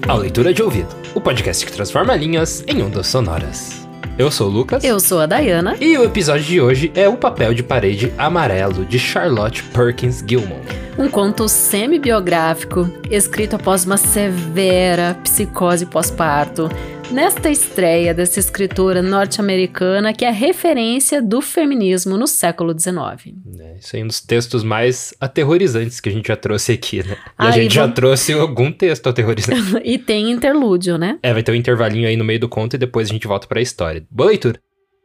ao Leitura de Ouvido, o podcast que transforma linhas em ondas sonoras. Eu sou o Lucas. Eu sou a Dayana. E o episódio de hoje é O Papel de Parede Amarelo, de Charlotte Perkins Gilman. Um conto semi-biográfico, escrito após uma severa psicose pós-parto, nesta estreia dessa escritora norte-americana que é referência do feminismo no século XIX. Isso aí é um dos textos mais aterrorizantes que a gente já trouxe aqui, né? E a gente já trouxe algum texto aterrorizante. E tem interlúdio, né? Vai ter um intervalinho aí no meio do conto e depois a gente volta pra história. Boa leitura!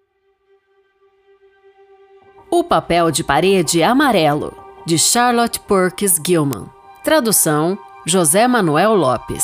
O Papel de Parede Amarelo, de Charlotte Perkins Gilman. Tradução, José Manuel Lopes.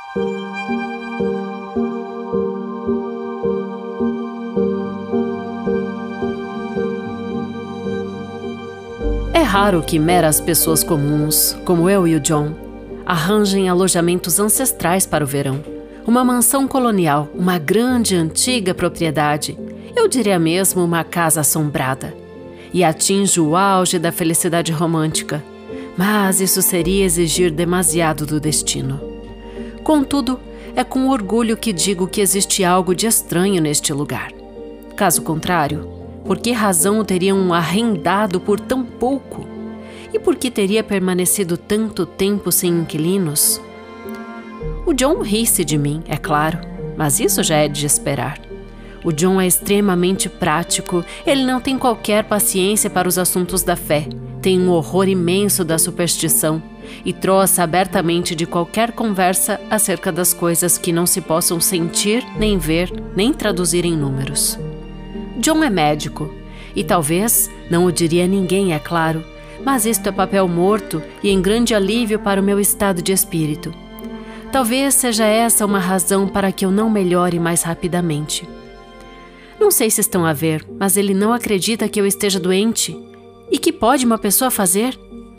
É raro que meras pessoas comuns, como eu e o John, arranjem alojamentos ancestrais para o verão. Uma mansão colonial, uma grande antiga propriedade, eu diria mesmo uma casa assombrada. E atinge o auge da felicidade romântica. Mas isso seria exigir demasiado do destino. Contudo, é com orgulho que digo que existe algo de estranho neste lugar. Caso contrário, por que razão o teriam arrendado por tão pouco? E por que teria permanecido tanto tempo sem inquilinos? O John ri-se de mim, é claro, mas isso já é de esperar. O John é extremamente prático, ele não tem qualquer paciência para os assuntos da fé, tem um horror imenso da superstição e troça abertamente de qualquer conversa acerca das coisas que não se possam sentir, nem ver, nem traduzir em números. John é médico, e talvez não o diria a ninguém, é claro, mas isto é papel morto e em grande alívio para o meu estado de espírito. Talvez seja essa uma razão para que eu não melhore mais rapidamente. Não sei se estão a ver, mas ele não acredita que eu esteja doente. E que pode uma pessoa fazer?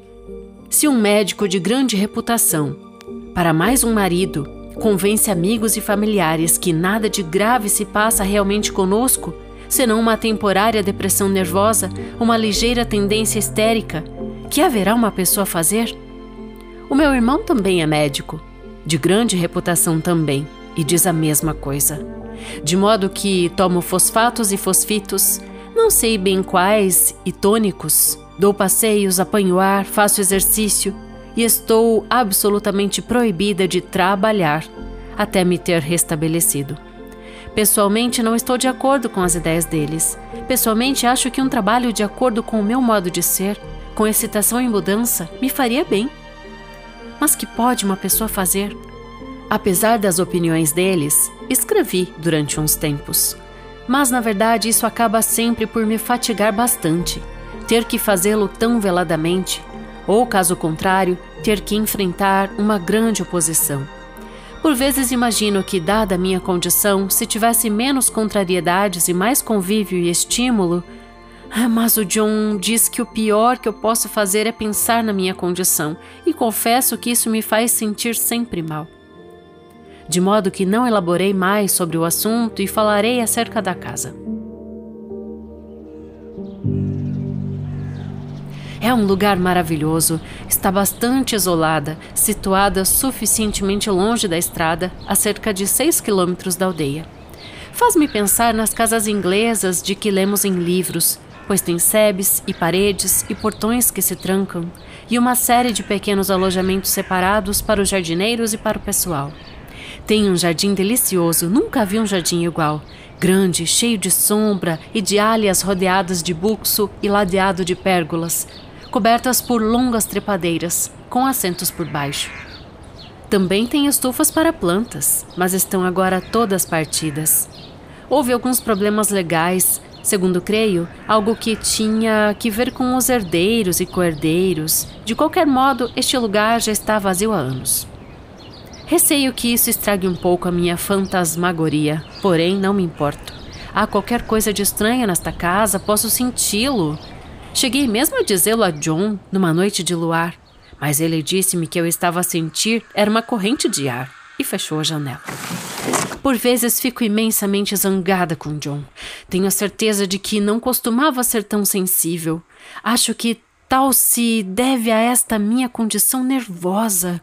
Se um médico de grande reputação, para mais um marido, convence amigos e familiares que nada de grave se passa realmente conosco, senão uma temporária depressão nervosa, uma ligeira tendência histérica, que haverá uma pessoa a fazer? O meu irmão também é médico, de grande reputação também, e diz a mesma coisa. De modo que tomo fosfatos e fosfitos, não sei bem quais, e tônicos, dou passeios, apanho ar, faço exercício e estou absolutamente proibida de trabalhar até me ter restabelecido. Pessoalmente não estou de acordo com as ideias deles. Pessoalmente acho que um trabalho de acordo com o meu modo de ser, com excitação e mudança, me faria bem. Mas que pode uma pessoa fazer? Apesar das opiniões deles, escrevi durante uns tempos. Mas, na verdade, isso acaba sempre por me fatigar bastante. Ter que fazê-lo tão veladamente, ou, caso contrário, ter que enfrentar uma grande oposição. Por vezes imagino que, dada a minha condição, se tivesse menos contrariedades e mais convívio e estímulo... Mas o John diz que o pior que eu posso fazer é pensar na minha condição, e confesso que isso me faz sentir sempre mal. De modo que não elaborei mais sobre o assunto e falarei acerca da casa. É um lugar maravilhoso, está bastante isolada, situada suficientemente longe da estrada, a cerca de 6 quilômetros da aldeia. Faz-me pensar nas casas inglesas de que lemos em livros, pois tem sebes e paredes e portões que se trancam, e uma série de pequenos alojamentos separados para os jardineiros e para o pessoal. Tem um jardim delicioso, nunca vi um jardim igual. Grande, cheio de sombra e de alhas rodeadas de buxo e ladeado de pérgolas, cobertas por longas trepadeiras, com assentos por baixo. Também tem estufas para plantas, mas estão agora todas partidas. Houve alguns problemas legais, segundo creio, algo que tinha que ver com os herdeiros e co-herdeiros. De qualquer modo, este lugar já está vazio há anos. Receio que isso estrague um pouco a minha fantasmagoria, porém não me importo. Há qualquer coisa de estranha nesta casa, posso senti-lo. Cheguei mesmo a dizê-lo a John numa noite de luar, mas ele disse-me que eu estava a sentir era uma corrente de ar e fechou a janela. Por vezes fico imensamente zangada com John. Tenho a certeza de que não costumava ser tão sensível. Acho que tal se deve a esta minha condição nervosa.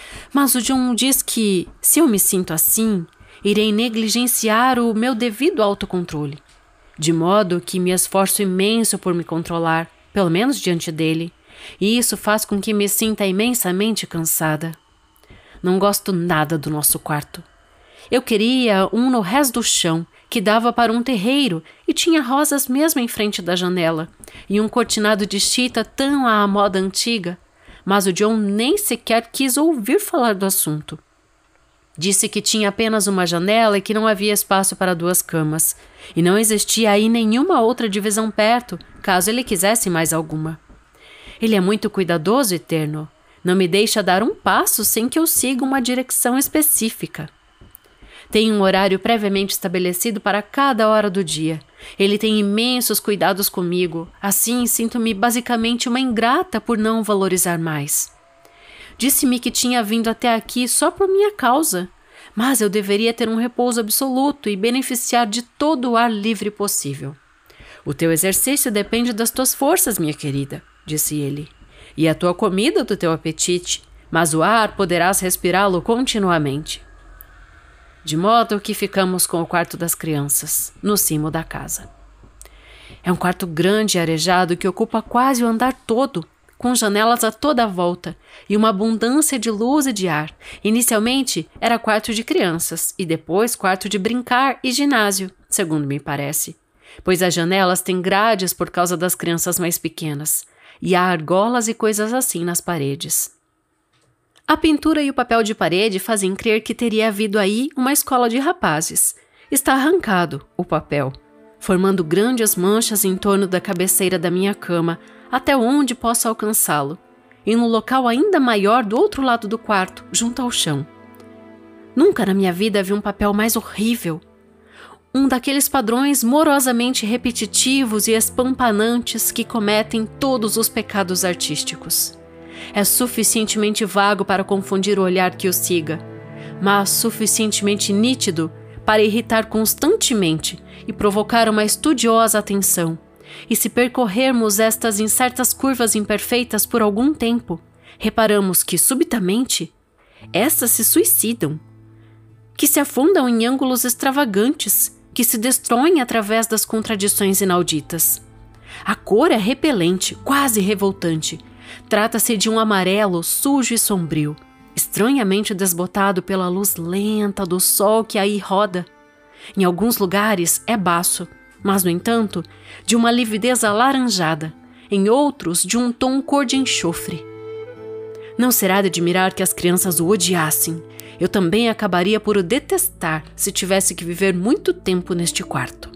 Mas o John diz que, se eu me sinto assim, irei negligenciar o meu devido autocontrole, de modo que me esforço imenso por me controlar, pelo menos diante dele, e isso faz com que me sinta imensamente cansada. Não gosto nada do nosso quarto. Eu queria um no rés do chão, que dava para um terreiro e tinha rosas mesmo em frente da janela, e um cortinado de chita tão à moda antiga, mas o John nem sequer quis ouvir falar do assunto. Disse que tinha apenas uma janela e que não havia espaço para 2 camas, e não existia aí nenhuma outra divisão perto, caso ele quisesse mais alguma. Ele é muito cuidadoso, Eterno. Não me deixa dar um passo sem que eu siga uma direção específica. Tem um horário previamente estabelecido para cada hora do dia. Ele tem imensos cuidados comigo. Assim, sinto-me basicamente uma ingrata por não valorizar mais. Disse-me que tinha vindo até aqui só por minha causa, mas eu deveria ter um repouso absoluto e beneficiar de todo o ar livre possível. O teu exercício depende das tuas forças, minha querida, disse ele, e a tua comida do teu apetite, mas o ar poderás respirá-lo continuamente. De modo que ficamos com o quarto das crianças, no cimo da casa. É um quarto grande e arejado que ocupa quase o andar todo, com janelas a toda a volta e uma abundância de luz e de ar. Inicialmente era quarto de crianças e depois quarto de brincar e ginásio, segundo me parece, pois as janelas têm grades por causa das crianças mais pequenas e há argolas e coisas assim nas paredes. A pintura e o papel de parede fazem crer que teria havido aí uma escola de rapazes. Está arrancado, o papel, formando grandes manchas em torno da cabeceira da minha cama, até onde posso alcançá-lo, e num local ainda maior do outro lado do quarto, junto ao chão. Nunca na minha vida vi um papel mais horrível. Um daqueles padrões morosamente repetitivos e espampanantes que cometem todos os pecados artísticos. É suficientemente vago para confundir o olhar que o siga, mas suficientemente nítido para irritar constantemente e provocar uma estudiosa atenção. E se percorrermos estas incertas curvas imperfeitas por algum tempo, reparamos que, subitamente, estas se suicidam, que se afundam em ângulos extravagantes, que se destroem através das contradições inauditas. A cor é repelente, quase revoltante. Trata-se de um amarelo sujo e sombrio, estranhamente desbotado pela luz lenta do sol que aí roda. Em alguns lugares é baço, mas, no entanto, de uma lividez alaranjada, em outros de um tom cor de enxofre. Não será de admirar que as crianças o odiassem. Eu também acabaria por o detestar se tivesse que viver muito tempo neste quarto.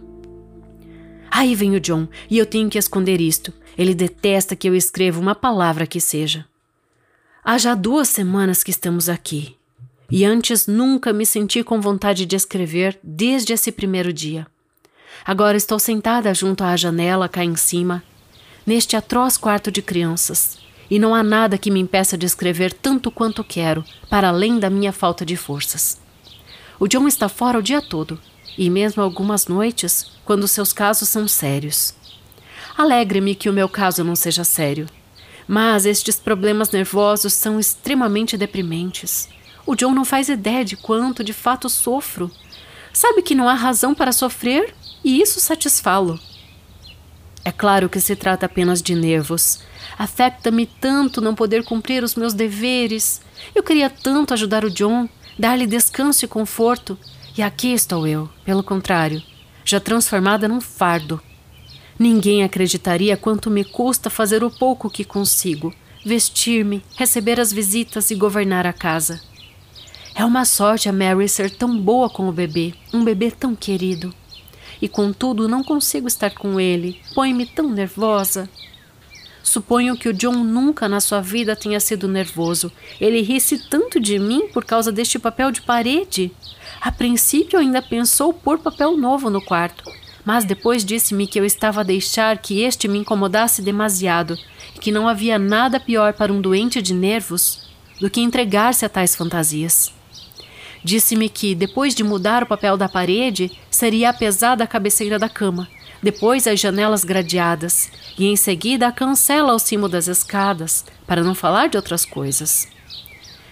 Aí vem o John, e eu tenho que esconder isto. Ele detesta que eu escreva uma palavra que seja. Há já 2 semanas que estamos aqui, e antes nunca me senti com vontade de escrever desde esse primeiro dia. Agora estou sentada junto à janela cá em cima, neste atroz quarto de crianças, e não há nada que me impeça de escrever tanto quanto quero, para além da minha falta de forças. O John está fora o dia todo, e mesmo algumas noites, quando seus casos são sérios. Alegre-me que o meu caso não seja sério, mas estes problemas nervosos são extremamente deprimentes. O John não faz ideia de quanto de fato sofro. Sabe que não há razão para sofrer e isso satisfá-lo. É claro que se trata apenas de nervos. Afeta-me tanto não poder cumprir os meus deveres. Eu queria tanto ajudar o John, dar-lhe descanso e conforto. E aqui estou eu, pelo contrário, já transformada num fardo. Ninguém acreditaria quanto me custa fazer o pouco que consigo, vestir-me, receber as visitas e governar a casa. É uma sorte a Mary ser tão boa com o bebê, um bebê tão querido. E contudo não consigo estar com ele, põe-me tão nervosa. Suponho que o John nunca na sua vida tenha sido nervoso. Ele ri-se tanto de mim por causa deste papel de parede. A princípio ainda pensou pôr papel novo no quarto, mas depois disse-me que eu estava a deixar que este me incomodasse demasiado e que não havia nada pior para um doente de nervos do que entregar-se a tais fantasias. Disse-me que, depois de mudar o papel da parede, seria a pesada cabeceira da cama, depois as janelas gradeadas e em seguida a cancela ao cimo das escadas, para não falar de outras coisas.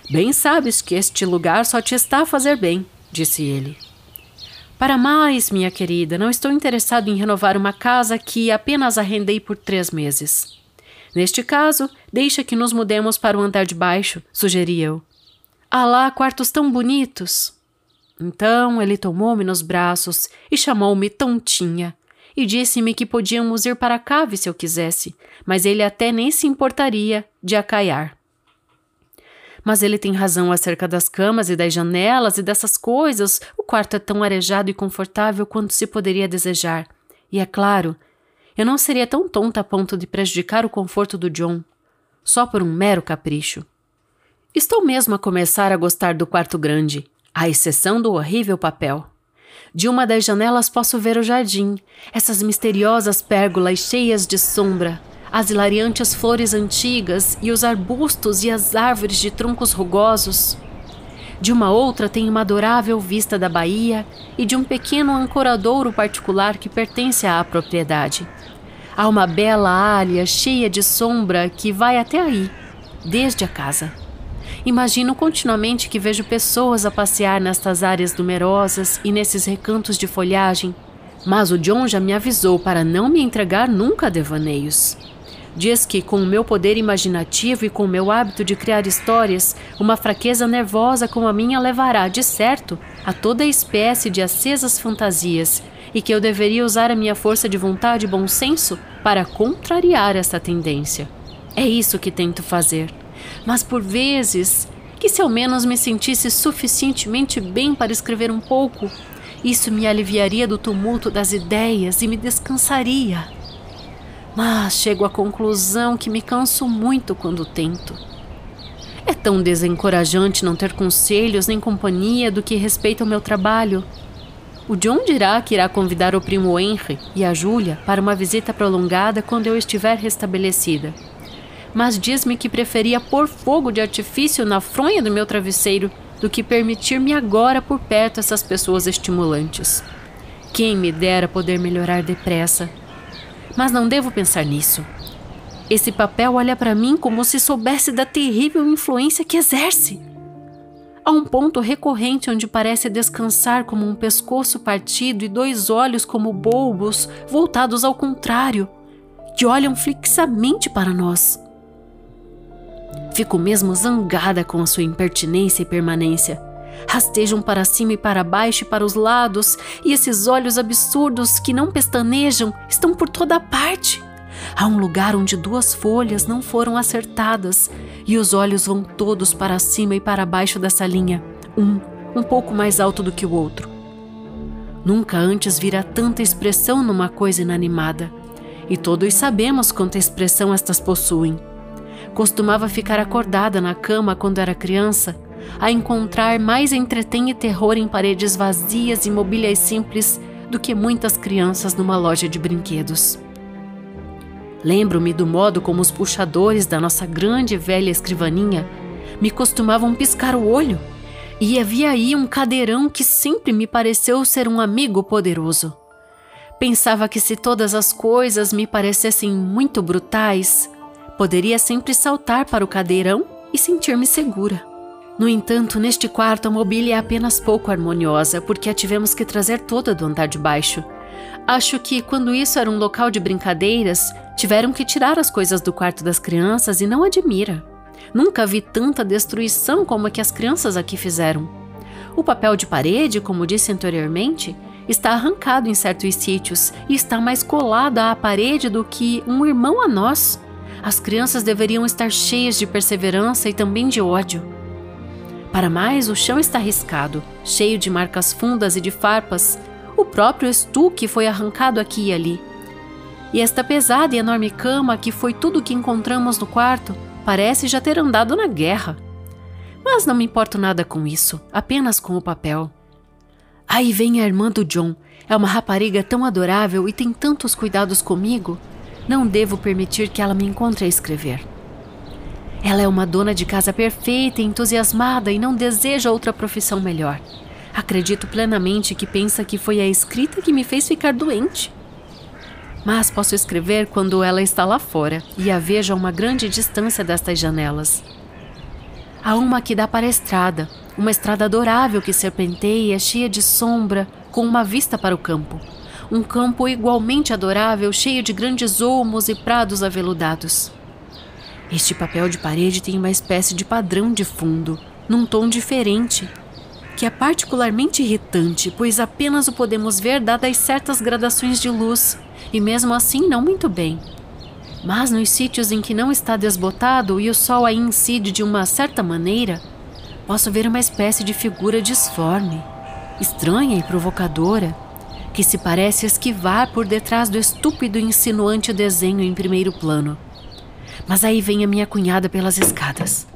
Bem sabes que este lugar só te está a fazer bem, disse ele. Para mais, minha querida, não estou interessado em renovar uma casa que apenas arrendei por 3 meses. Neste caso, deixa que nos mudemos para o andar de baixo, sugeri eu. Há lá quartos tão bonitos. Então ele tomou-me nos braços e chamou-me tontinha e disse-me que podíamos ir para a cave se eu quisesse, mas ele até nem se importaria de acaiar. Mas ele tem razão acerca das camas e das janelas e dessas coisas. O quarto é tão arejado e confortável quanto se poderia desejar. E é claro, eu não seria tão tonta a ponto de prejudicar o conforto do John, só por um mero capricho. Estou mesmo a começar a gostar do quarto grande, à exceção do horrível papel. De uma das janelas posso ver o jardim, essas misteriosas pérgolas cheias de sombra, as hilariantes flores antigas e os arbustos e as árvores de troncos rugosos. De uma outra tem uma adorável vista da baía e de um pequeno ancoradouro particular que pertence à propriedade. Há uma bela área cheia de sombra que vai até aí, desde a casa. Imagino continuamente que vejo pessoas a passear nestas áreas numerosas e nesses recantos de folhagem, mas o John já me avisou para não me entregar nunca a devaneios. Diz que, com o meu poder imaginativo e com o meu hábito de criar histórias, uma fraqueza nervosa como a minha levará, de certo, a toda espécie de acesas fantasias, e que eu deveria usar a minha força de vontade e bom senso para contrariar essa tendência. É isso que tento fazer. Mas, por vezes, que se ao menos me sentisse suficientemente bem para escrever um pouco, isso me aliviaria do tumulto das ideias e me descansaria. Mas chego à conclusão que me canso muito quando tento. É tão desencorajante não ter conselhos nem companhia do que respeita ao meu trabalho. O John dirá que irá convidar o primo Henry e a Júlia para uma visita prolongada quando eu estiver restabelecida. Mas diz-me que preferia pôr fogo de artifício na fronha do meu travesseiro do que permitir-me agora por perto essas pessoas estimulantes. Quem me dera poder melhorar depressa. Mas não devo pensar nisso. Esse papel olha para mim como se soubesse da terrível influência que exerce. Há um ponto recorrente onde parece descansar como um pescoço partido e 2 olhos como bulbos voltados ao contrário, que olham fixamente para nós. Fico mesmo zangada com a sua impertinência e permanência. Rastejam para cima e para baixo e para os lados, e esses olhos absurdos que não pestanejam estão por toda parte. Há um lugar onde 2 folhas não foram acertadas, e os olhos vão todos para cima e para baixo dessa linha, um pouco mais alto do que o outro. Nunca antes vira tanta expressão numa coisa inanimada, e todos sabemos quanta expressão estas possuem. Costumava ficar acordada na cama quando era criança, a encontrar mais entretém e terror em paredes vazias e mobílias simples do que muitas crianças numa loja de brinquedos. Lembro-me do modo como os puxadores da nossa grande e velha escrivaninha me costumavam piscar o olho, e havia aí um cadeirão que sempre me pareceu ser um amigo poderoso. Pensava que se todas as coisas me parecessem muito brutais, poderia sempre saltar para o cadeirão e sentir-me segura. No entanto, neste quarto a mobília é apenas pouco harmoniosa, porque a tivemos que trazer toda do andar de baixo. Acho que, quando isso era um local de brincadeiras, tiveram que tirar as coisas do quarto das crianças e não admira. Nunca vi tanta destruição como a que as crianças aqui fizeram. O papel de parede, como disse anteriormente, está arrancado em certos sítios e está mais colado à parede do que um irmão a nós. As crianças deveriam estar cheias de perseverança e também de ódio. Para mais, o chão está riscado, cheio de marcas fundas e de farpas. O próprio estuque foi arrancado aqui e ali. E esta pesada e enorme cama, que foi tudo o que encontramos no quarto, parece já ter andado na guerra. Mas não me importo nada com isso, apenas com o papel. Aí vem a irmã do John. É uma rapariga tão adorável e tem tantos cuidados comigo. Não devo permitir que ela me encontre a escrever. Ela é uma dona de casa perfeita e entusiasmada e não deseja outra profissão melhor. Acredito plenamente que pensa que foi a escrita que me fez ficar doente. Mas posso escrever quando ela está lá fora e a vejo a uma grande distância destas janelas. Há uma que dá para a estrada, uma estrada adorável que serpenteia, cheia de sombra, com uma vista para o campo. Um campo igualmente adorável, cheio de grandes olmos e prados aveludados. Este papel de parede tem uma espécie de padrão de fundo, num tom diferente, que é particularmente irritante, pois apenas o podemos ver dadas certas gradações de luz, e mesmo assim não muito bem. Mas nos sítios em que não está desbotado e o sol aí incide de uma certa maneira, posso ver uma espécie de figura disforme, estranha e provocadora, que se parece esquivar por detrás do estúpido e insinuante desenho em primeiro plano. Mas aí vem a minha cunhada pelas escadas.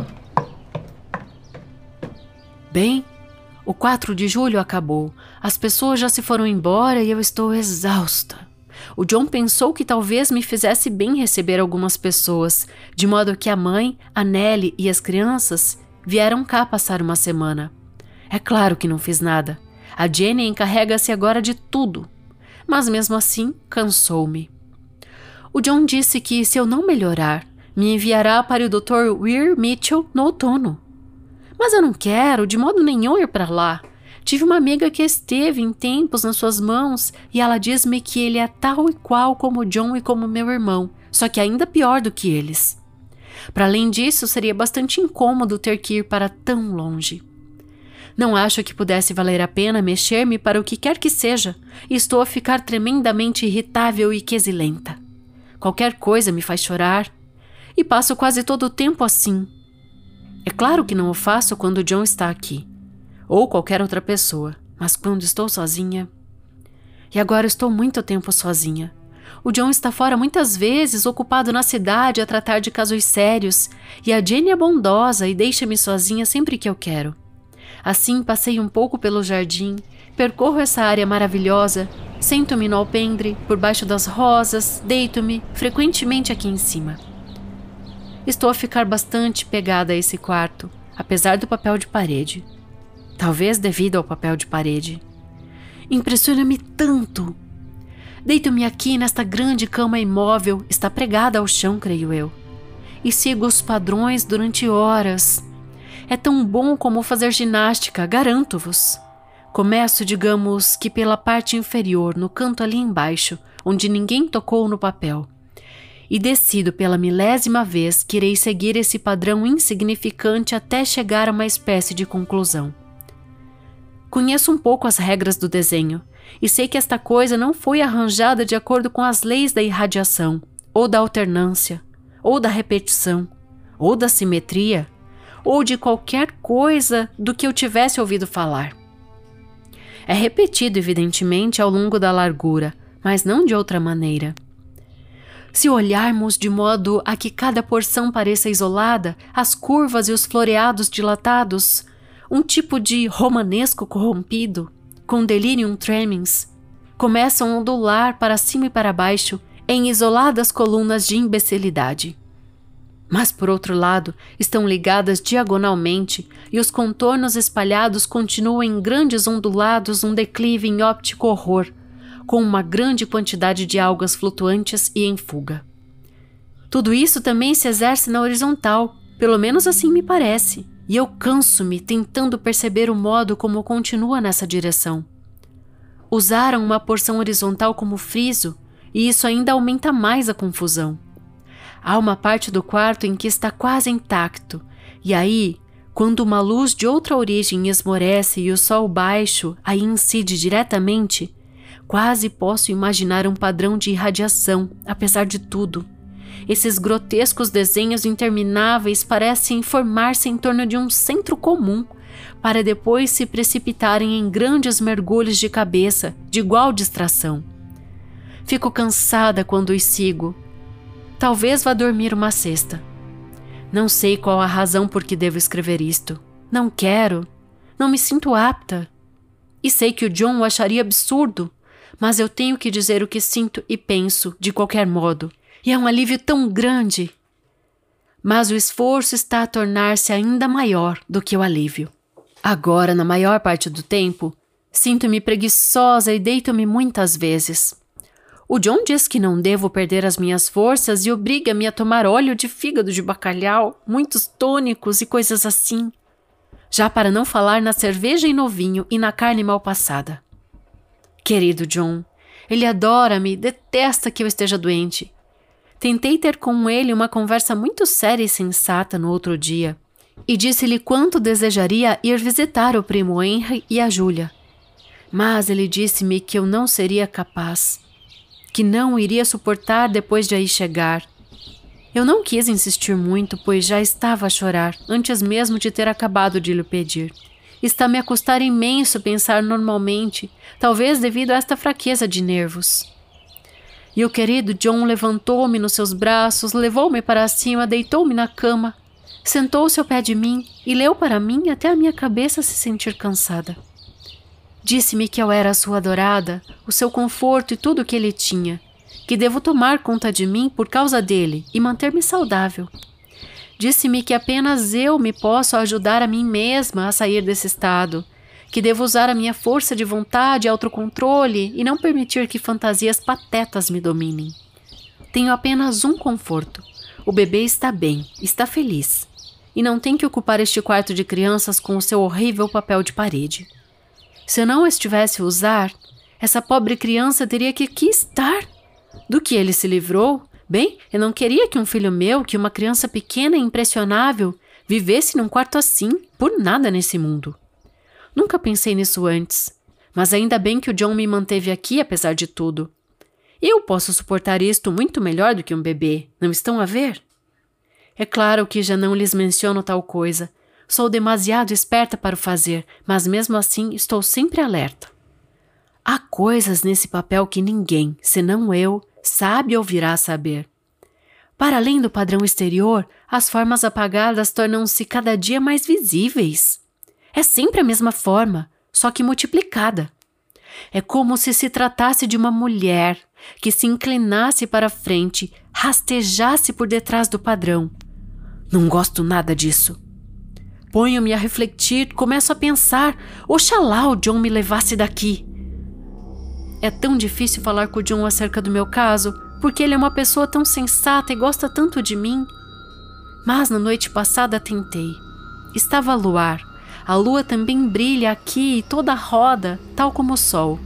Bem, o 4 de julho acabou. As pessoas já se foram embora e eu estou exausta. O John pensou que talvez me fizesse bem receber algumas pessoas, de modo que a mãe, a Nellie e as crianças vieram cá passar uma semana. É claro que não fiz nada. A Jenny encarrega-se agora de tudo. Mas mesmo assim, cansou-me. O John disse que, se eu não melhorar, me enviará para o Dr. Weir Mitchell no outono. Mas eu não quero, de modo nenhum, ir para lá. Tive uma amiga que esteve em tempos nas suas mãos e ela diz-me que ele é tal e qual como o John e como meu irmão, só que ainda pior do que eles. Para além disso, seria bastante incômodo ter que ir para tão longe. Não acho que pudesse valer a pena mexer-me para o que quer que seja e estou a ficar tremendamente irritável e quesilenta. Qualquer coisa me faz chorar e passo quase todo o tempo assim. É claro que não o faço quando o John está aqui, ou qualquer outra pessoa, mas quando estou sozinha... E agora estou muito tempo sozinha. O John está fora muitas vezes, ocupado na cidade a tratar de casos sérios, e a Jenny é bondosa e deixa-me sozinha sempre que eu quero. Assim passei um pouco pelo jardim, percorro essa área maravilhosa, sento-me no alpendre, por baixo das rosas, deito-me, frequentemente aqui em cima. Estou a ficar bastante pegada a esse quarto, apesar do papel de parede. Talvez devido ao papel de parede. Impressiona-me tanto. Deito-me aqui nesta grande cama imóvel, está pregada ao chão, creio eu, e sigo os padrões durante horas. É tão bom como fazer ginástica, garanto-vos. Começo, digamos, que pela parte inferior, no canto ali embaixo, onde ninguém tocou no papel. E decido pela milésima vez que irei seguir esse padrão insignificante até chegar a uma espécie de conclusão. Conheço um pouco as regras do desenho e sei que esta coisa não foi arranjada de acordo com as leis da irradiação, ou da alternância, ou da repetição, ou da simetria, ou de qualquer coisa do que eu tivesse ouvido falar. É repetido, evidentemente, ao longo da largura, mas não de outra maneira. Se olharmos de modo a que cada porção pareça isolada, as curvas e os floreados dilatados, um tipo de romanesco corrompido, com delirium tremens, começam a ondular para cima e para baixo em isoladas colunas de imbecilidade. Mas, por outro lado, estão ligadas diagonalmente e os contornos espalhados continuam em grandes ondulados num declive em óptico horror, com uma grande quantidade de algas flutuantes e em fuga. Tudo isso também se exerce na horizontal, pelo menos assim me parece, e eu canso-me tentando perceber o modo como continua nessa direção. Usaram uma porção horizontal como friso, e isso ainda aumenta mais a confusão. Há uma parte do quarto em que está quase intacto, e aí, quando uma luz de outra origem esmorece e o sol baixo aí incide diretamente, quase posso imaginar um padrão de irradiação, apesar de tudo. Esses grotescos desenhos intermináveis parecem formar-se em torno de um centro comum, para depois se precipitarem em grandes mergulhos de cabeça, de igual distração. Fico cansada quando os sigo. Talvez vá dormir uma cesta. Não sei qual a razão por que devo escrever isto. Não quero. Não me sinto apta. E sei que o John o acharia absurdo, mas eu tenho que dizer o que sinto e penso, de qualquer modo. E é um alívio tão grande. Mas o esforço está a tornar-se ainda maior do que o alívio. Agora, na maior parte do tempo, sinto-me preguiçosa e deito-me muitas vezes. O John diz que não devo perder as minhas forças e obriga-me a tomar óleo de fígado de bacalhau, muitos tônicos e coisas assim. Já para não falar na cerveja e no vinho e na carne mal passada. Querido John, ele adora-me, detesta que eu esteja doente. Tentei ter com ele uma conversa muito séria e sensata no outro dia, e disse-lhe quanto desejaria ir visitar o primo Henry e a Julia. Mas ele disse-me que eu não seria capaz, que não iria suportar depois de aí chegar. Eu não quis insistir muito, pois já estava a chorar, antes mesmo de ter acabado de lhe pedir. Está-me a custar imenso pensar normalmente, talvez devido a esta fraqueza de nervos. E o querido John levantou-me nos seus braços, levou-me para cima, deitou-me na cama, sentou-se ao pé de mim e leu para mim até a minha cabeça se sentir cansada. Disse-me que eu era a sua adorada, o seu conforto e tudo o que ele tinha, que devo tomar conta de mim por causa dele e manter-me saudável. Disse-me que apenas eu me posso ajudar a mim mesma a sair desse estado, que devo usar a minha força de vontade e autocontrole e não permitir que fantasias patetas me dominem. Tenho apenas um conforto. O bebê está bem, está feliz, e não tem que ocupar este quarto de crianças com o seu horrível papel de parede. Se eu não estivesse a usar, essa pobre criança teria que aqui estar. Do que ele se livrou? Bem, eu não queria que um filho meu, que uma criança pequena e impressionável, vivesse num quarto assim, por nada nesse mundo. Nunca pensei nisso antes, mas ainda bem que o John me manteve aqui apesar de tudo. Eu posso suportar isto muito melhor do que um bebê, não estão a ver? É claro que já não lhes menciono tal coisa. Sou demasiado esperta para o fazer, mas mesmo assim estou sempre alerta. Há coisas nesse papel que ninguém, senão eu, sabe ou virá a saber. Para além do padrão exterior, as formas apagadas tornam-se cada dia mais visíveis. É sempre a mesma forma, só que multiplicada. É como se tratasse de uma mulher que se inclinasse para a frente, rastejasse por detrás do padrão. Não gosto nada disso. Ponho-me a refletir, começo a pensar, oxalá o John me levasse daqui. É tão difícil falar com o John acerca do meu caso, porque ele é uma pessoa tão sensata e gosta tanto de mim. Mas na noite passada tentei. Estava a luar. A lua também brilha aqui e toda roda, tal como o sol.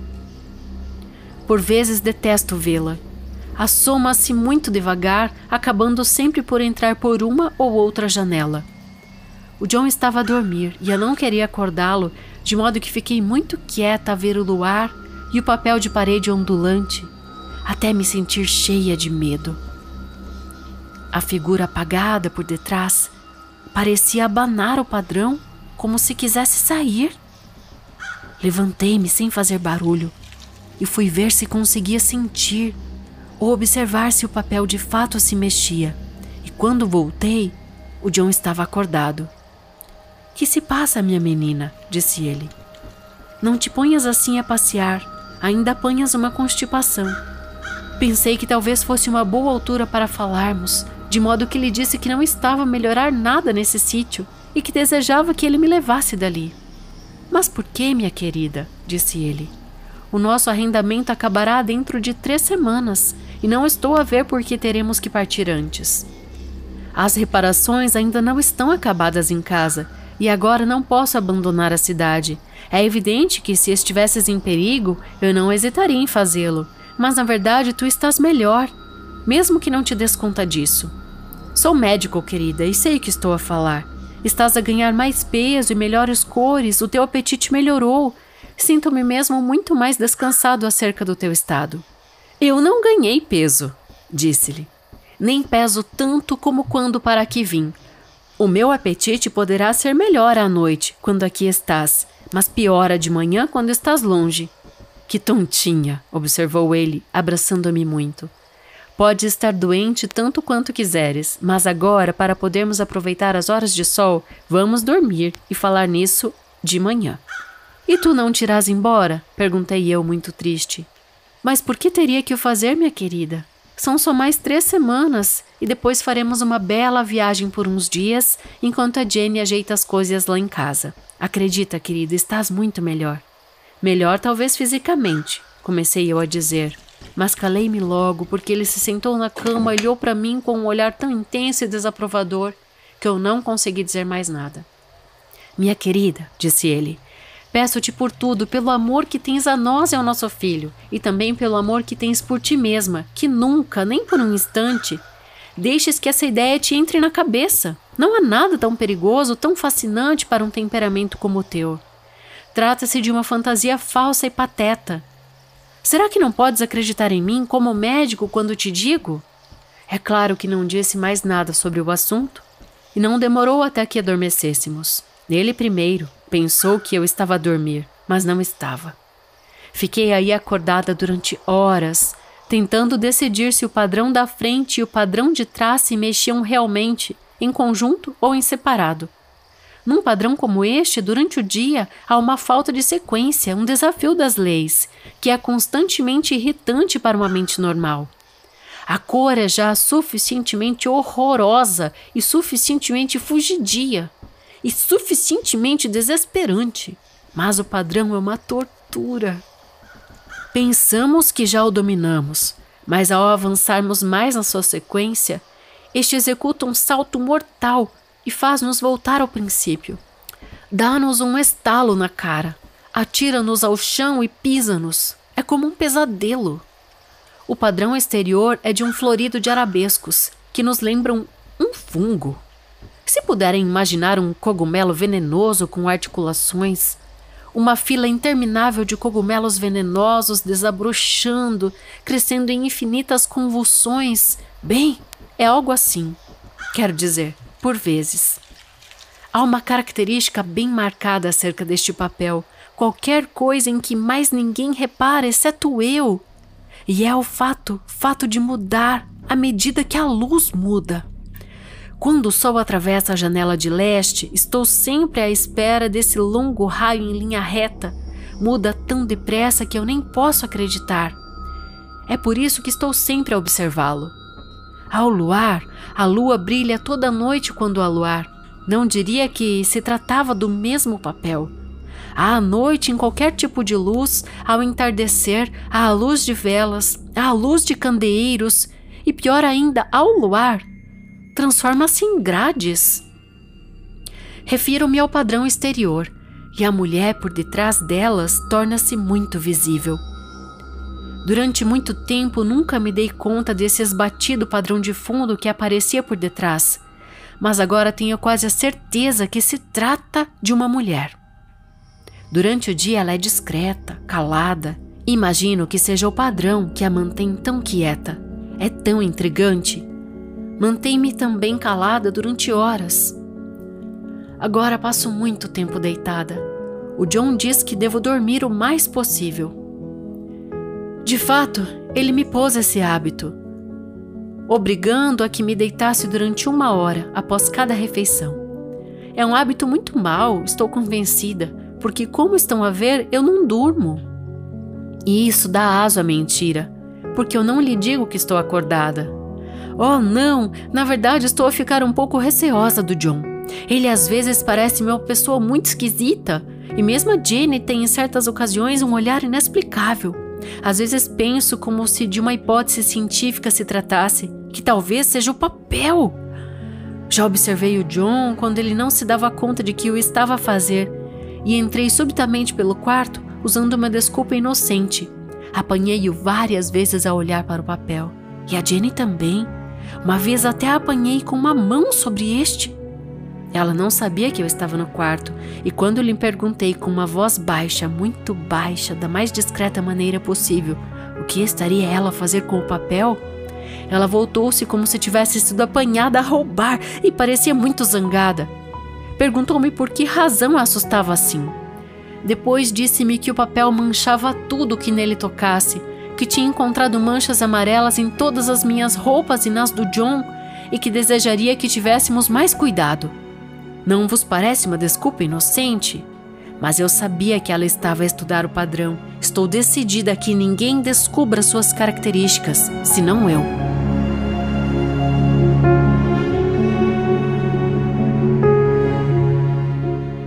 Por vezes detesto vê-la. Assoma-se muito devagar, acabando sempre por entrar por uma ou outra janela. O John estava a dormir e eu não queria acordá-lo, de modo que fiquei muito quieta a ver o luar e o papel de parede ondulante, até me sentir cheia de medo. A figura apagada por detrás parecia abanar o padrão como se quisesse sair. Levantei-me sem fazer barulho e fui ver se conseguia sentir ou observar se o papel de fato se mexia. E quando voltei, o John estava acordado. Que se passa, minha menina? Disse ele. Não te ponhas assim a passear, ainda apanhas uma constipação. Pensei que talvez fosse uma boa altura para falarmos, de modo que lhe disse que não estava a melhorar nada nesse sítio e que desejava que ele me levasse dali. Mas por que, minha querida? Disse ele. O nosso arrendamento acabará dentro de 3 semanas e não estou a ver por que teremos que partir antes. As reparações ainda não estão acabadas em casa e agora não posso abandonar a cidade. É evidente que se estivesses em perigo, eu não hesitaria em fazê-lo, mas na verdade tu estás melhor, mesmo que não te des conta disso. Sou médico, querida, e sei o que estou a falar. Estás a ganhar mais peso e melhores cores, o teu apetite melhorou. Sinto-me mesmo muito mais descansado acerca do teu estado. Eu não ganhei peso, disse-lhe. Nem peso tanto como quando para aqui vim. O meu apetite poderá ser melhor à noite, quando aqui estás, mas piora de manhã quando estás longe. Que tontinha, observou ele, abraçando-me muito. Pode estar doente tanto quanto quiseres, mas agora, para podermos aproveitar as horas de sol, vamos dormir e falar nisso de manhã. E tu não te irás embora? Perguntei eu, muito triste. Mas por que teria que o fazer, minha querida? São só mais 3 semanas e depois faremos uma bela viagem por uns dias, enquanto a Jenny ajeita as coisas lá em casa. Acredita, querida, estás muito melhor. Melhor talvez fisicamente, comecei eu a dizer. Mas calei-me logo, porque ele se sentou na cama e olhou para mim com um olhar tão intenso e desaprovador que eu não consegui dizer mais nada. Minha querida, disse ele, peço-te por tudo, pelo amor que tens a nós e ao nosso filho, e também pelo amor que tens por ti mesma, que nunca, nem por um instante, deixes que essa ideia te entre na cabeça. Não há nada tão perigoso, tão fascinante para um temperamento como o teu. Trata-se de uma fantasia falsa e pateta. Será que não podes acreditar em mim como médico quando te digo? É claro que não disse mais nada sobre o assunto, e não demorou até que adormecêssemos. Ele primeiro pensou que eu estava a dormir, mas não estava. Fiquei aí acordada durante horas, tentando decidir se o padrão da frente e o padrão de trás se mexiam realmente, em conjunto ou em separado. Num padrão como este, durante o dia, há uma falta de sequência, um desafio das leis, que é constantemente irritante para uma mente normal. A cor é já suficientemente horrorosa e suficientemente fugidia, e suficientemente desesperante, mas o padrão é uma tortura. Pensamos que já o dominamos, mas ao avançarmos mais na sua sequência, este executa um salto mortal e faz-nos voltar ao princípio. Dá-nos um estalo na cara, atira-nos ao chão e pisa-nos. É como um pesadelo. O padrão exterior é de um florido de arabescos, que nos lembram um fungo. Se puderem imaginar um cogumelo venenoso com articulações, uma fila interminável de cogumelos venenosos desabrochando, crescendo em infinitas convulsões, bem, é algo assim. Quero dizer, por vezes. Há uma característica bem marcada acerca deste papel, qualquer coisa em que mais ninguém repara, exceto eu. E é o fato de mudar à medida que a luz muda. Quando o sol atravessa a janela de leste, estou sempre à espera desse longo raio em linha reta. Muda tão depressa que eu nem posso acreditar. É por isso que estou sempre a observá-lo. Ao luar, a lua brilha toda noite quando há luar. Não diria que se tratava do mesmo papel. Há à noite em qualquer tipo de luz, ao entardecer, há a luz de velas, há a luz de candeeiros e, pior ainda, ao luar, transforma-se em grades. Refiro-me ao padrão exterior, e a mulher por detrás delas torna-se muito visível. Durante muito tempo nunca me dei conta desse esbatido padrão de fundo que aparecia por detrás, mas agora tenho quase a certeza que se trata de uma mulher. Durante o dia ela é discreta, calada. Imagino que seja o padrão que a mantém tão quieta. É tão intrigante. Mantém-me também calada durante horas. Agora passo muito tempo deitada. O John diz que devo dormir o mais possível. De fato, ele me pôs esse hábito, obrigando a que me deitasse durante 1 hora após cada refeição. É um hábito muito mau, estou convencida, porque, como estão a ver, eu não durmo. E isso dá aso à mentira, porque eu não lhe digo que estou acordada. Oh, não! Na verdade, estou a ficar um pouco receosa do John. Ele às vezes parece uma pessoa muito esquisita, e mesmo a Jenny tem em certas ocasiões um olhar inexplicável. Às vezes penso como se de uma hipótese científica se tratasse, que talvez seja o papel. Já observei o John quando ele não se dava conta de que o estava a fazer, e entrei subitamente pelo quarto usando uma desculpa inocente. Apanhei-o várias vezes a olhar para o papel, e a Jenny também. Uma vez até a apanhei com uma mão sobre este. Ela não sabia que eu estava no quarto, e quando lhe perguntei com uma voz baixa, muito baixa, da mais discreta maneira possível, o que estaria ela a fazer com o papel, ela voltou-se como se tivesse sido apanhada a roubar e parecia muito zangada. Perguntou-me por que razão a assustava assim. Depois disse-me que o papel manchava tudo que nele tocasse, que tinha encontrado manchas amarelas em todas as minhas roupas e nas do John, e que desejaria que tivéssemos mais cuidado. Não vos parece uma desculpa inocente? Mas eu sabia que ela estava a estudar o padrão. Estou decidida que ninguém descubra suas características, senão eu.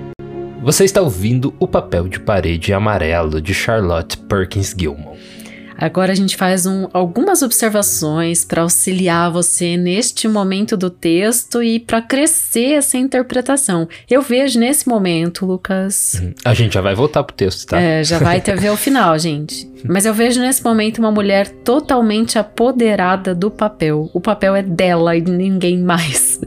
Você está ouvindo O Papel de Parede Amarelo, de Charlotte Perkins Gilman. Agora a gente faz algumas observações para auxiliar você neste momento do texto e para crescer essa interpretação. Eu vejo nesse momento, Lucas... A gente já vai voltar pro texto, tá? Já vai até ver o final, gente. Mas eu vejo nesse momento uma mulher totalmente apoderada do papel. O papel é dela e de ninguém mais.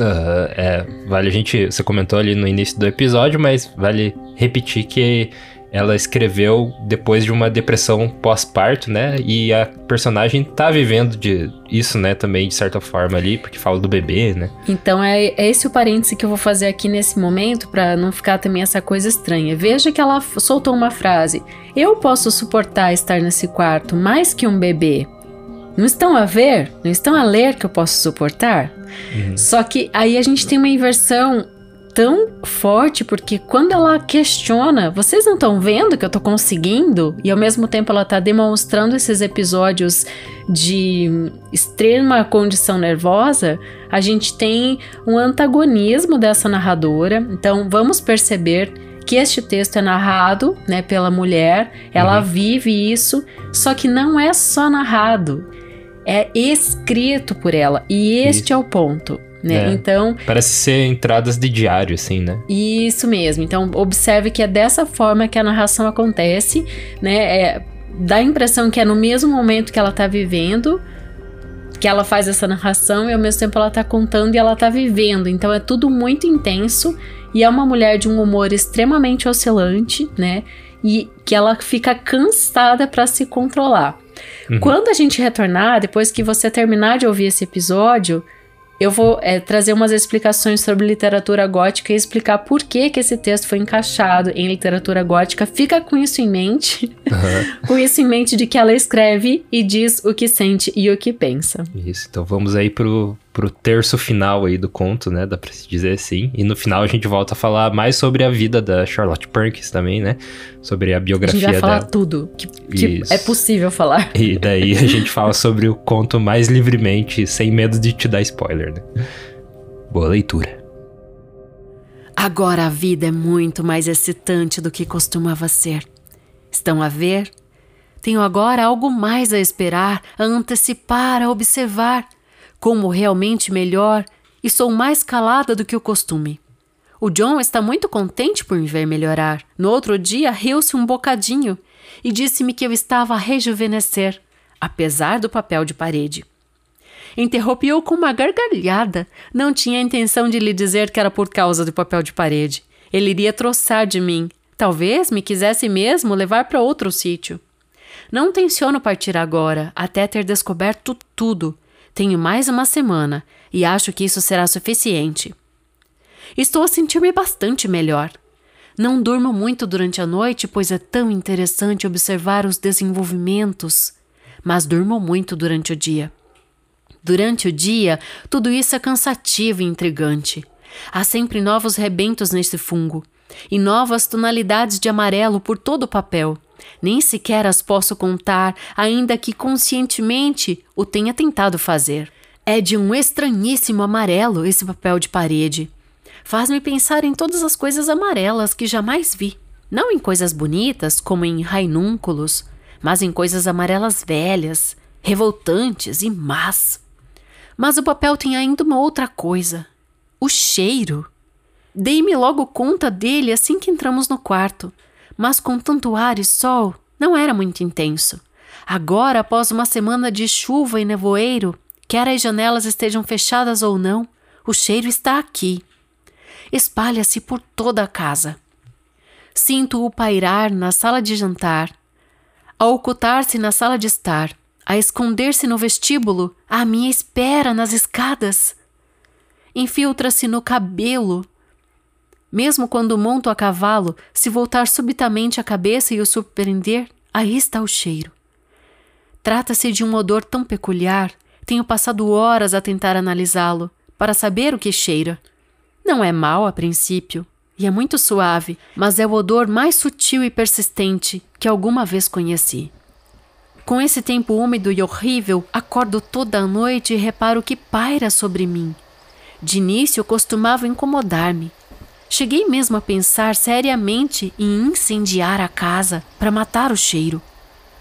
Vale a gente... Você comentou ali no início do episódio, mas vale repetir que ela escreveu depois de uma depressão pós-parto, né? E a personagem tá vivendo isso, né? Também, de certa forma ali, porque fala do bebê, né? Então, é esse o parêntese que eu vou fazer aqui nesse momento, pra não ficar também essa coisa estranha. Veja que ela soltou uma frase. Eu posso suportar estar nesse quarto mais que um bebê. Não estão a ver? Não estão a ler que eu posso suportar? Só que aí a gente tem uma inversão tão forte, porque quando ela questiona, vocês não estão vendo que eu tô conseguindo? E ao mesmo tempo ela tá demonstrando esses episódios de extrema condição nervosa, a gente tem um antagonismo dessa narradora. Então vamos perceber que este texto é narrado, né, pela mulher, ela vive isso, só que não é só narrado, é escrito por ela, e este é o ponto. Né? Então, parece ser entradas de diário, assim, né? Isso mesmo. Então, observe que é dessa forma que a narração acontece, né? Dá a impressão que é no mesmo momento que ela tá vivendo, que ela faz essa narração, e ao mesmo tempo ela tá contando e ela tá vivendo. Então, é tudo muito intenso, e é uma mulher de um humor extremamente oscilante, né? E que ela fica cansada para se controlar. Quando a gente retornar, depois que você terminar de ouvir esse episódio, eu vou trazer umas explicações sobre literatura gótica e explicar por que esse texto foi encaixado em literatura gótica. Fica com isso em mente, com isso em mente de que ela escreve e diz o que sente e o que pensa. Isso, então vamos aí pro terço final aí do conto, né, dá pra se dizer assim. E no final a gente volta a falar mais sobre a vida da Charlotte Perkins também, né, sobre a biografia dela. A gente vai falar tudo que é possível falar. E daí a gente fala sobre o conto mais livremente, sem medo de te dar spoiler, né. Boa leitura. Agora a vida é muito mais excitante do que costumava ser. Estão a ver? Tenho agora algo mais a esperar, a antecipar, a observar. Como realmente melhor, e sou mais calada do que o costume. O John está muito contente por me ver melhorar. No outro dia, riu-se um bocadinho e disse-me que eu estava a rejuvenescer, apesar do papel de parede. Interrompi-o com uma gargalhada. Não tinha a intenção de lhe dizer que era por causa do papel de parede. Ele iria troçar de mim. Talvez me quisesse mesmo levar para outro sítio. Não tenciono partir agora, até ter descoberto tudo. Tenho mais uma semana e acho que isso será suficiente. Estou a sentir-me bastante melhor. Não durmo muito durante a noite, pois é tão interessante observar os desenvolvimentos, mas durmo muito durante o dia. Durante o dia, tudo isso é cansativo e intrigante. Há sempre novos rebentos nesse fungo e novas tonalidades de amarelo por todo o papel. Nem sequer as posso contar, ainda que conscientemente o tenha tentado fazer. É de um estranhíssimo amarelo esse papel de parede. Faz-me pensar em todas as coisas amarelas que jamais vi. Não em coisas bonitas, como em rainúnculos, mas em coisas amarelas velhas, revoltantes e más. Mas o papel tem ainda uma outra coisa. O cheiro. Dei-me logo conta dele assim que entramos no quarto. Mas com tanto ar e sol, não era muito intenso. Agora, após uma semana de chuva e nevoeiro, quer as janelas estejam fechadas ou não, o cheiro está aqui. Espalha-se por toda a casa. Sinto-o pairar na sala de jantar, a ocultar-se na sala de estar, a esconder-se no vestíbulo, à minha espera nas escadas. Infiltra-se no cabelo. Mesmo quando monto a cavalo, se voltar subitamente a cabeça e o surpreender, aí está o cheiro. Trata-se de um odor tão peculiar, tenho passado horas a tentar analisá-lo, para saber o que cheira. Não é mau a princípio, e é muito suave, mas é o odor mais sutil e persistente que alguma vez conheci. Com esse tempo úmido e horrível, acordo toda a noite e reparo que paira sobre mim. De início costumava incomodar-me. Cheguei mesmo a pensar seriamente em incendiar a casa para matar o cheiro.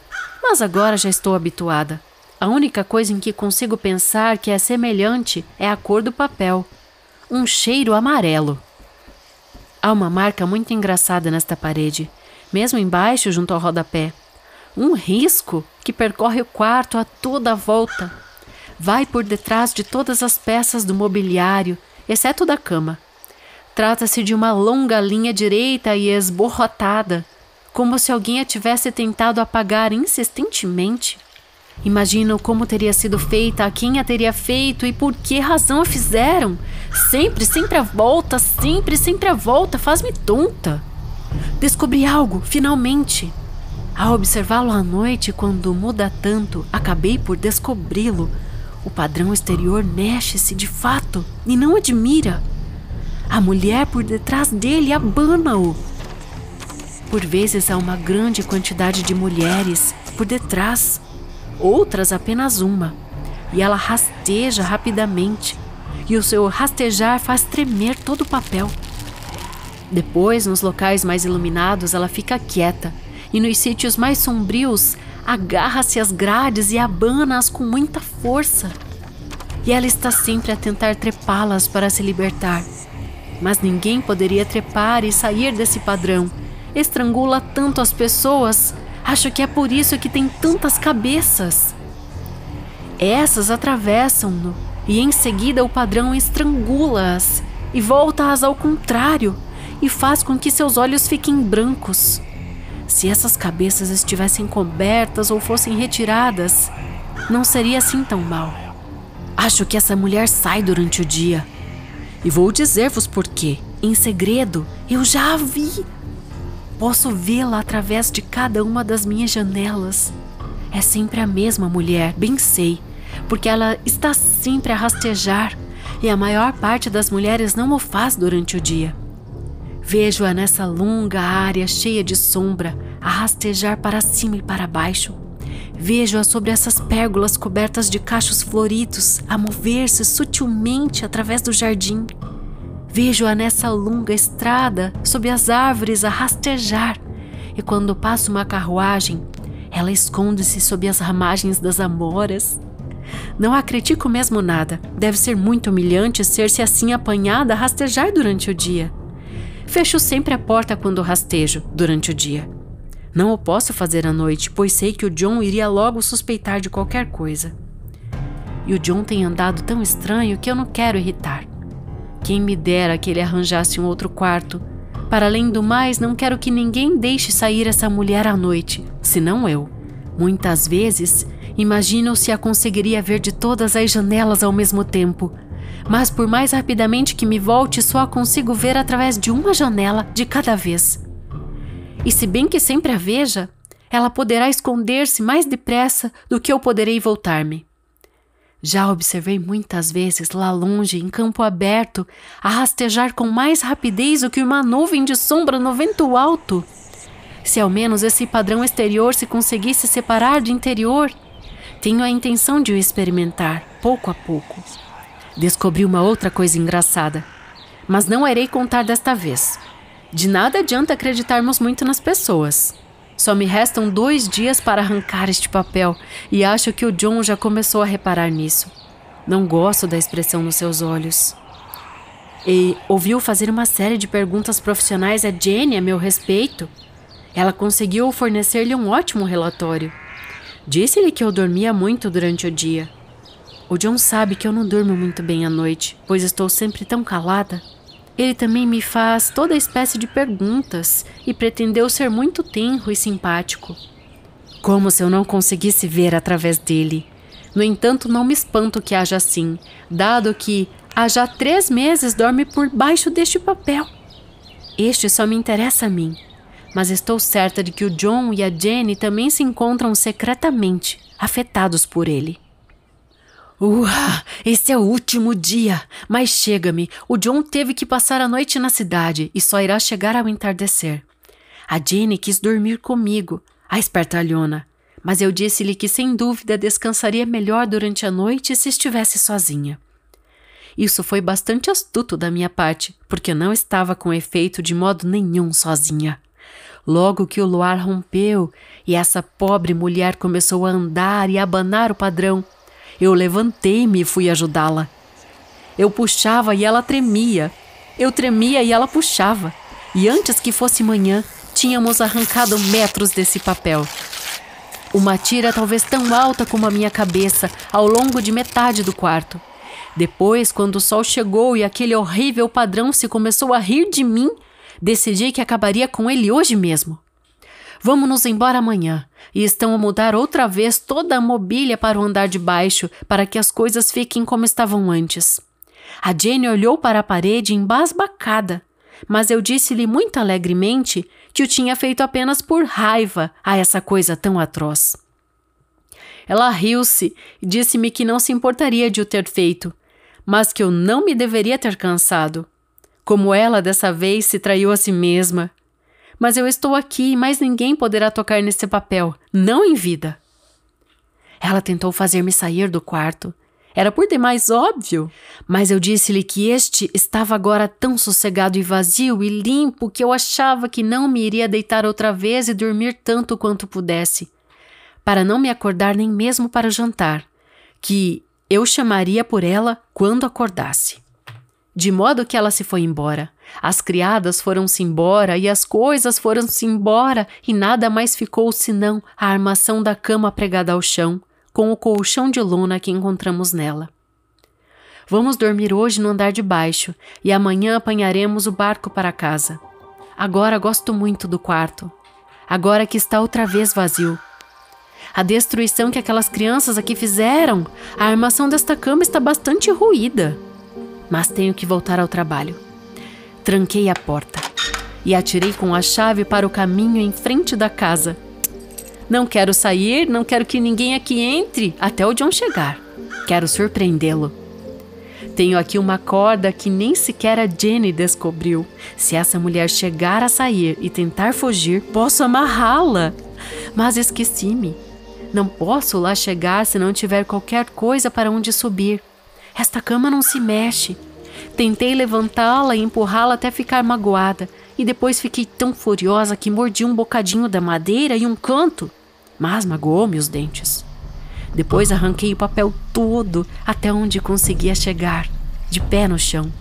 Mas agora já estou habituada. A única coisa em que consigo pensar que é semelhante é a cor do papel. Um cheiro amarelo. Há uma marca muito engraçada nesta parede, mesmo embaixo junto ao rodapé. Um risco que percorre o quarto a toda a volta. Vai por detrás de todas as peças do mobiliário, exceto da cama. Trata-se de uma longa linha direita e esborrotada, como se alguém a tivesse tentado apagar insistentemente. Imagino como teria sido feita, a quem a teria feito e por que razão a fizeram. Sempre a volta, sempre a volta, faz-me tonta. Descobri algo, finalmente. Ao observá-lo à noite, quando muda tanto, acabei por descobri-lo. O padrão exterior mexe-se de fato e não admira. A mulher por detrás dele abana-o. Por vezes há uma grande quantidade de mulheres por detrás, outras apenas uma, e ela rasteja rapidamente, e o seu rastejar faz tremer todo o papel. Depois, nos locais mais iluminados, ela fica quieta, e nos sítios mais sombrios, agarra-se às grades e abana-as com muita força. E ela está sempre a tentar trepá-las para se libertar. Mas ninguém poderia trepar e sair desse padrão. Estrangula tanto as pessoas. Acho que é por isso que tem tantas cabeças. Essas atravessam-no e em seguida o padrão estrangula-as e volta-as ao contrário e faz com que seus olhos fiquem brancos. Se essas cabeças estivessem cobertas ou fossem retiradas, não seria assim tão mal. Acho que essa mulher sai durante o dia. E vou dizer-vos por quê. Em segredo, eu já a vi. Posso vê-la através de cada uma das minhas janelas. É sempre a mesma mulher, bem sei, porque ela está sempre a rastejar e a maior parte das mulheres não o faz durante o dia. Vejo-a nessa longa área cheia de sombra, a rastejar para cima e para baixo. Vejo-a sobre essas pérgolas cobertas de cachos floridos, a mover-se sutilmente através do jardim. Vejo-a nessa longa estrada, sob as árvores, a rastejar. E quando passa uma carruagem, ela esconde-se sob as ramagens das amoras. Não a critico mesmo nada. Deve ser muito humilhante ser-se assim apanhada a rastejar durante o dia. Fecho sempre a porta quando rastejo durante o dia. Não o posso fazer à noite, pois sei que o John iria logo suspeitar de qualquer coisa. E o John tem andado tão estranho que eu não quero irritar. Quem me dera que ele arranjasse um outro quarto. Para além do mais, não quero que ninguém deixe sair essa mulher à noite, senão eu. Muitas vezes, imagino se a conseguiria ver de todas as janelas ao mesmo tempo. Mas por mais rapidamente que me volte, só a consigo ver através de uma janela de cada vez. E se bem que sempre a veja, ela poderá esconder-se mais depressa do que eu poderei voltar-me. Já a observei muitas vezes lá longe, em campo aberto, a rastejar com mais rapidez do que uma nuvem de sombra no vento alto. Se ao menos esse padrão exterior se conseguisse separar do interior, tenho a intenção de o experimentar, pouco a pouco. Descobri uma outra coisa engraçada, mas não a irei contar desta vez. De nada adianta acreditarmos muito nas pessoas. Só me restam 2 dias para arrancar este papel e acho que o John já começou a reparar nisso. Não gosto da expressão nos seus olhos. E ouviu fazer uma série de perguntas profissionais a Jenny a meu respeito. Ela conseguiu fornecer-lhe um ótimo relatório. Disse-lhe que eu dormia muito durante o dia. O John sabe que eu não durmo muito bem à noite, pois estou sempre tão calada. Ele também me faz toda espécie de perguntas e pretendeu ser muito tenro e simpático. Como se eu não conseguisse ver através dele. No entanto, não me espanto que haja assim, dado que há já 3 meses dorme por baixo deste papel. Este só me interessa a mim, mas estou certa de que o John e a Jenny também se encontram secretamente afetados por ele. Esse é o último dia, mas chega-me, o John teve que passar a noite na cidade e só irá chegar ao entardecer. A Jenny quis dormir comigo, a espertalhona, mas eu disse-lhe que sem dúvida descansaria melhor durante a noite se estivesse sozinha. Isso foi bastante astuto da minha parte, porque não estava com efeito de modo nenhum sozinha. Logo que o luar rompeu e essa pobre mulher começou a andar e a abanar o padrão, eu levantei-me e fui ajudá-la. Eu puxava e ela tremia. Eu tremia e ela puxava. E antes que fosse manhã, tínhamos arrancado metros desse papel. Uma tira talvez tão alta como a minha cabeça, ao longo de metade do quarto. Depois, quando o sol chegou e aquele horrível padrão se começou a rir de mim, decidi que acabaria com ele hoje mesmo. Vamos nos embora amanhã e estão a mudar outra vez toda a mobília para o andar de baixo, para que as coisas fiquem como estavam antes. A Jenny olhou para a parede embasbacada, mas eu disse-lhe muito alegremente que o tinha feito apenas por raiva a essa coisa tão atroz. Ela riu-se e disse-me que não se importaria de o ter feito, mas que eu não me deveria ter cansado. Como ela dessa vez se traiu a si mesma. Mas eu estou aqui e mais ninguém poderá tocar nesse papel, não em vida. Ela tentou fazer-me sair do quarto. Era por demais óbvio, mas eu disse-lhe que este estava agora tão sossegado e vazio e limpo que eu achava que não me iria deitar outra vez e dormir tanto quanto pudesse, para não me acordar nem mesmo para o jantar, que eu chamaria por ela quando acordasse. De modo que ela se foi embora. As criadas foram-se embora e as coisas foram-se embora e nada mais ficou senão a armação da cama pregada ao chão, com o colchão de lona que encontramos nela. Vamos dormir hoje no andar de baixo e amanhã apanharemos o barco para casa. Agora gosto muito do quarto. Agora que está outra vez vazio. A destruição que aquelas crianças aqui fizeram, a armação desta cama está bastante ruída. Mas tenho que voltar ao trabalho. Tranquei a porta e atirei com a chave para o caminho em frente da casa. Não quero sair, não quero que ninguém aqui entre até o John chegar. Quero surpreendê-lo. Tenho aqui uma corda que nem sequer a Jenny descobriu. Se essa mulher chegar a sair e tentar fugir, posso amarrá-la. Mas esqueci-me. Não posso lá chegar se não tiver qualquer coisa para onde subir. Esta cama não se mexe. Tentei levantá-la e empurrá-la até ficar magoada, e depois fiquei tão furiosa que mordi um bocadinho da madeira e um canto, mas magoou-me os dentes. Depois arranquei o papel todo até onde conseguia chegar, de pé no chão.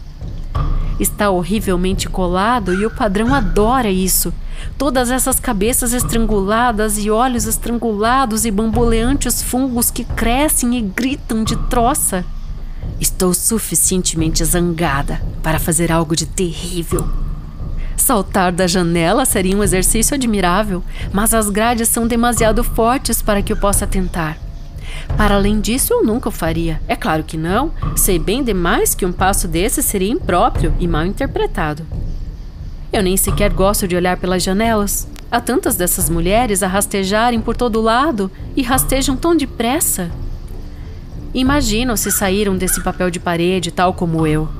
Está horrivelmente colado e o padrão adora isso. Todas essas cabeças estranguladas e olhos estrangulados e bamboleantes fungos que crescem e gritam de troça. Estou suficientemente zangada para fazer algo de terrível. Saltar da janela seria um exercício admirável, mas as grades são demasiado fortes para que eu possa tentar. Para além disso, eu nunca o faria. É claro que não. Sei bem demais que um passo desse seria impróprio e mal interpretado. Eu nem sequer gosto de olhar pelas janelas. Há tantas dessas mulheres a rastejarem por todo lado e rastejam tão depressa. Imagino se saíram desse papel de parede tal como eu.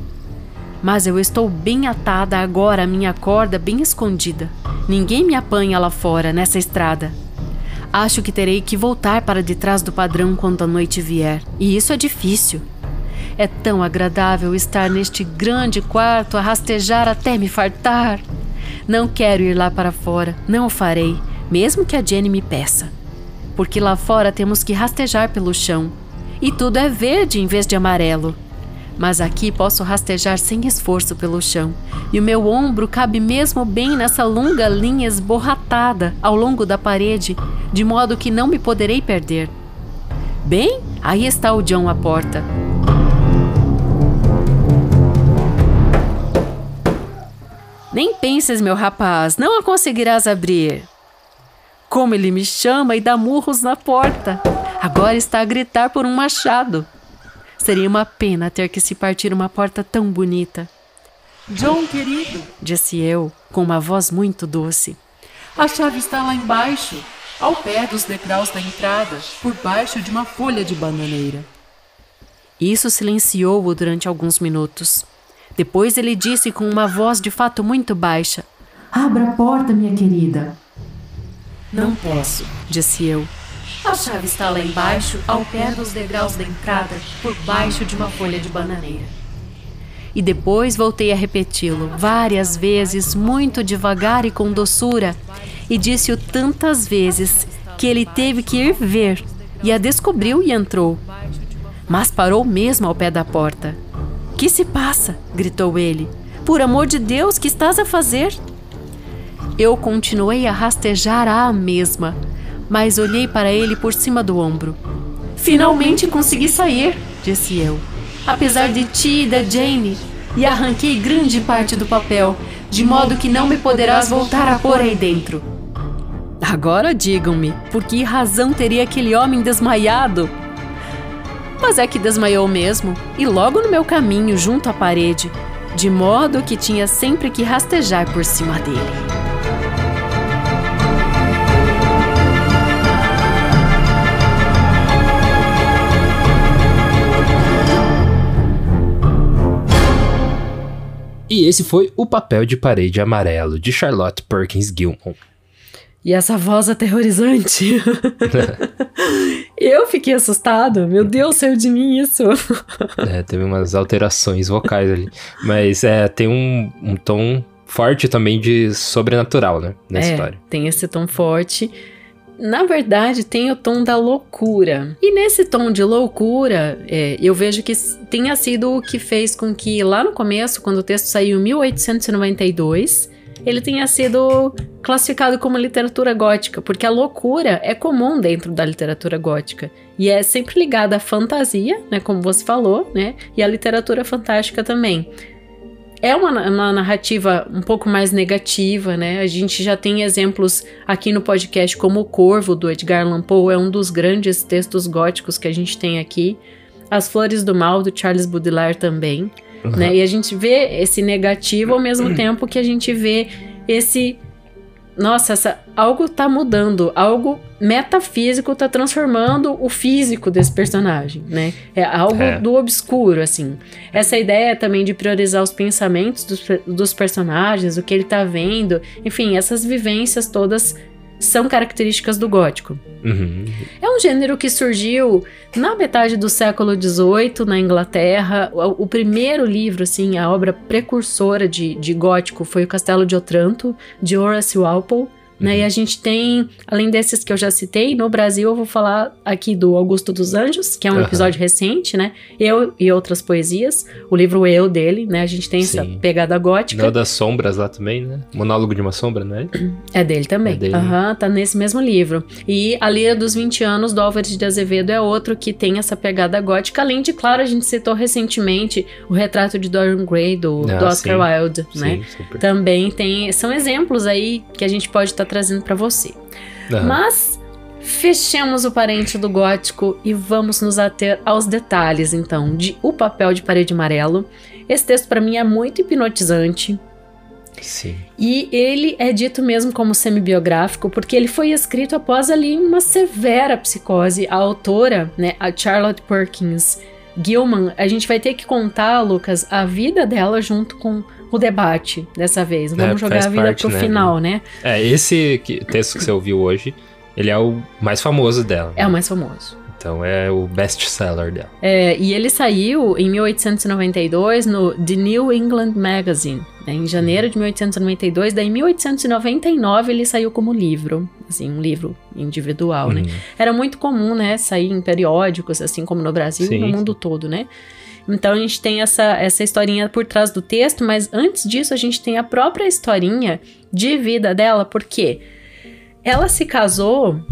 Mas eu estou bem atada agora à minha corda bem escondida. Ninguém me apanha lá fora, nessa estrada. Acho que terei que voltar para detrás do padrão quando a noite vier. E isso é difícil. É tão agradável estar neste grande quarto a rastejar até me fartar. Não quero ir lá para fora, não o farei, mesmo que a Jenny me peça. Porque lá fora temos que rastejar pelo chão. E tudo é verde em vez de amarelo. Mas aqui posso rastejar sem esforço pelo chão, e o meu ombro cabe mesmo bem nessa longa linha esborratada ao longo da parede, de modo que não me poderei perder. Bem, aí está o John à porta. Nem penses, meu rapaz, não a conseguirás abrir. Como ele me chama e dá murros na porta. Agora está a gritar por um machado. Seria uma pena ter que se partir uma porta tão bonita. John, querido, disse eu, com uma voz muito doce. A chave está lá embaixo, ao pé dos degraus da entrada, por baixo de uma folha de bananeira. Isso silenciou-o durante alguns minutos. Depois ele disse com uma voz de fato muito baixa. Abra a porta, minha querida. Não posso, disse eu. A chave está lá embaixo, ao pé dos degraus da entrada, por baixo de uma folha de bananeira. E depois voltei a repeti-lo várias vezes, muito devagar e com doçura. E disse-o tantas vezes que ele teve que ir ver. E a descobriu e entrou. Mas parou mesmo ao pé da porta. "Que se passa?" gritou ele. "Por amor de Deus, que estás a fazer?" Eu continuei a rastejar à mesma, mas olhei para ele por cima do ombro. "Finalmente consegui sair", disse eu, "apesar de ti e da Jane, e arranquei grande parte do papel, de modo que não me poderás voltar a pôr aí dentro." Agora digam-me, por que razão teria aquele homem desmaiado? Mas é que desmaiou mesmo, e logo no meu caminho, junto à parede, de modo que tinha sempre que rastejar por cima dele. E esse foi O Papel de Parede Amarelo, de Charlotte Perkins Gilman. E essa voz aterrorizante. Eu fiquei assustado. Meu Deus, saiu de mim isso. Teve umas alterações vocais ali. Mas tem um tom forte também de sobrenatural, né? Nessa história. Tem esse tom forte. Na verdade, tem o tom da loucura. E nesse tom de loucura, eu vejo que tenha sido o que fez com que lá no começo, quando o texto saiu em 1892... ele tenha sido classificado como literatura gótica, porque a loucura é comum dentro da literatura gótica e é sempre ligada à fantasia, né, como você falou, né, e à literatura fantástica também. É uma narrativa um pouco mais negativa, né, a gente já tem exemplos aqui no podcast como O Corvo, do Edgar Allan Poe, é um dos grandes textos góticos que a gente tem aqui, As Flores do Mal, do Charles Baudelaire também. Uhum. Né? E a gente vê esse negativo ao mesmo tempo que a gente vê esse... Nossa, algo tá mudando, algo metafísico tá transformando o físico desse personagem, né? É algo do obscuro, assim. Essa ideia também de priorizar os pensamentos dos personagens, o que ele tá vendo, enfim, essas vivências todas são características do gótico. Uhum. É um gênero que surgiu na metade do século XVIII, na Inglaterra. O primeiro livro, assim, a obra precursora de gótico foi O Castelo de Otranto, de Horace Walpole. Né? E a gente tem, além desses que eu já citei, no Brasil eu vou falar aqui do Augusto dos Anjos, que é um episódio recente, né? Eu e Outras Poesias, o livro Eu dele, né? A gente tem essa pegada gótica. Não, das sombras lá também, né? Monólogo de uma Sombra, não é? É dele também. Tá nesse mesmo livro. E A Lira dos 20 Anos, do Álvares de Azevedo, é outro que tem essa pegada gótica. Além de, claro, a gente citou recentemente o Retrato de Dorian Gray, do Oscar Wilde, né? Super. Também são exemplos aí que a gente pode estar trazendo para você. Mas fechemos o parente do gótico e vamos nos ater aos detalhes, então, de O Papel de Parede Amarelo. Esse texto para mim é muito hipnotizante. Sim. E ele é dito mesmo como semi-biográfico porque ele foi escrito após ali uma severa psicose. A autora, né, a Charlotte Perkins Gilman, a gente vai ter que contar, Lucas, a vida dela junto com o debate dessa vez. Vamos jogar a vida pro final, né? Esse texto que você ouviu hoje, ele é o mais famoso dela. É o mais famoso. Então é o best-seller dela. E ele saiu em 1892 no The New England Magazine, né, em janeiro de 1892. Daí em 1899 ele saiu como livro, assim, um livro individual, né? Era muito comum, né, sair em periódicos, assim como no Brasil e no mundo todo, né? Então a gente tem essa historinha por trás do texto, mas antes disso a gente tem a própria historinha de vida dela, porque ela se casou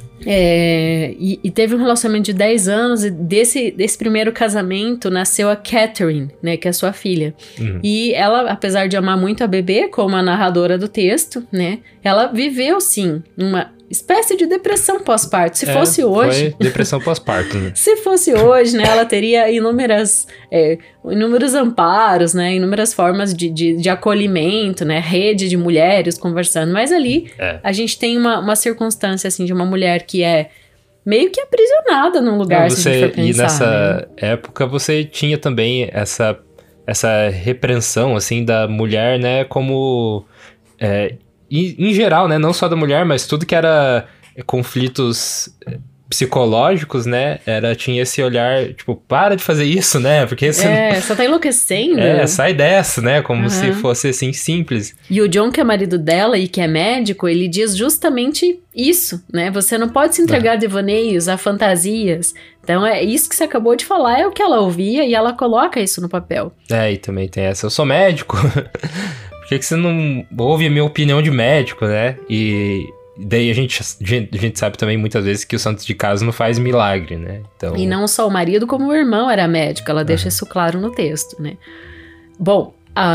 e teve um relacionamento de 10 anos, e desse primeiro casamento nasceu a Catherine, né, que é a sua filha. E ela, apesar de amar muito a bebê, como a narradora do texto, né, ela viveu, sim, uma espécie de depressão pós-parto. Se fosse hoje... Foi depressão pós-parto, né? Se fosse hoje, né, ela teria inúmeros amparos, né, inúmeras formas de acolhimento, né, rede de mulheres conversando. Mas ali a gente tem uma circunstância, assim, de uma mulher que é meio que aprisionada num lugar, se a gente for pensar. E nessa época você tinha também essa repreensão, assim, da mulher, né, como... em geral, né? Não só da mulher, mas tudo que era conflitos psicológicos, né, tinha esse olhar, tipo, para de fazer isso, né, porque você tá enlouquecendo. Sai dessa, né, como se fosse, assim, simples. E o John, que é marido dela e que é médico, ele diz justamente isso, né, você não pode se entregar a devaneios, a fantasias. Então, isso que você acabou de falar é o que ela ouvia e ela coloca isso no papel. E também tem essa, eu sou médico, por que você não ouve a minha opinião de médico, né, e daí a gente sabe também muitas vezes que o santo de casa não faz milagre, né? Então... E não só o marido, como o irmão era médico, ela deixa isso claro no texto, né? Bom,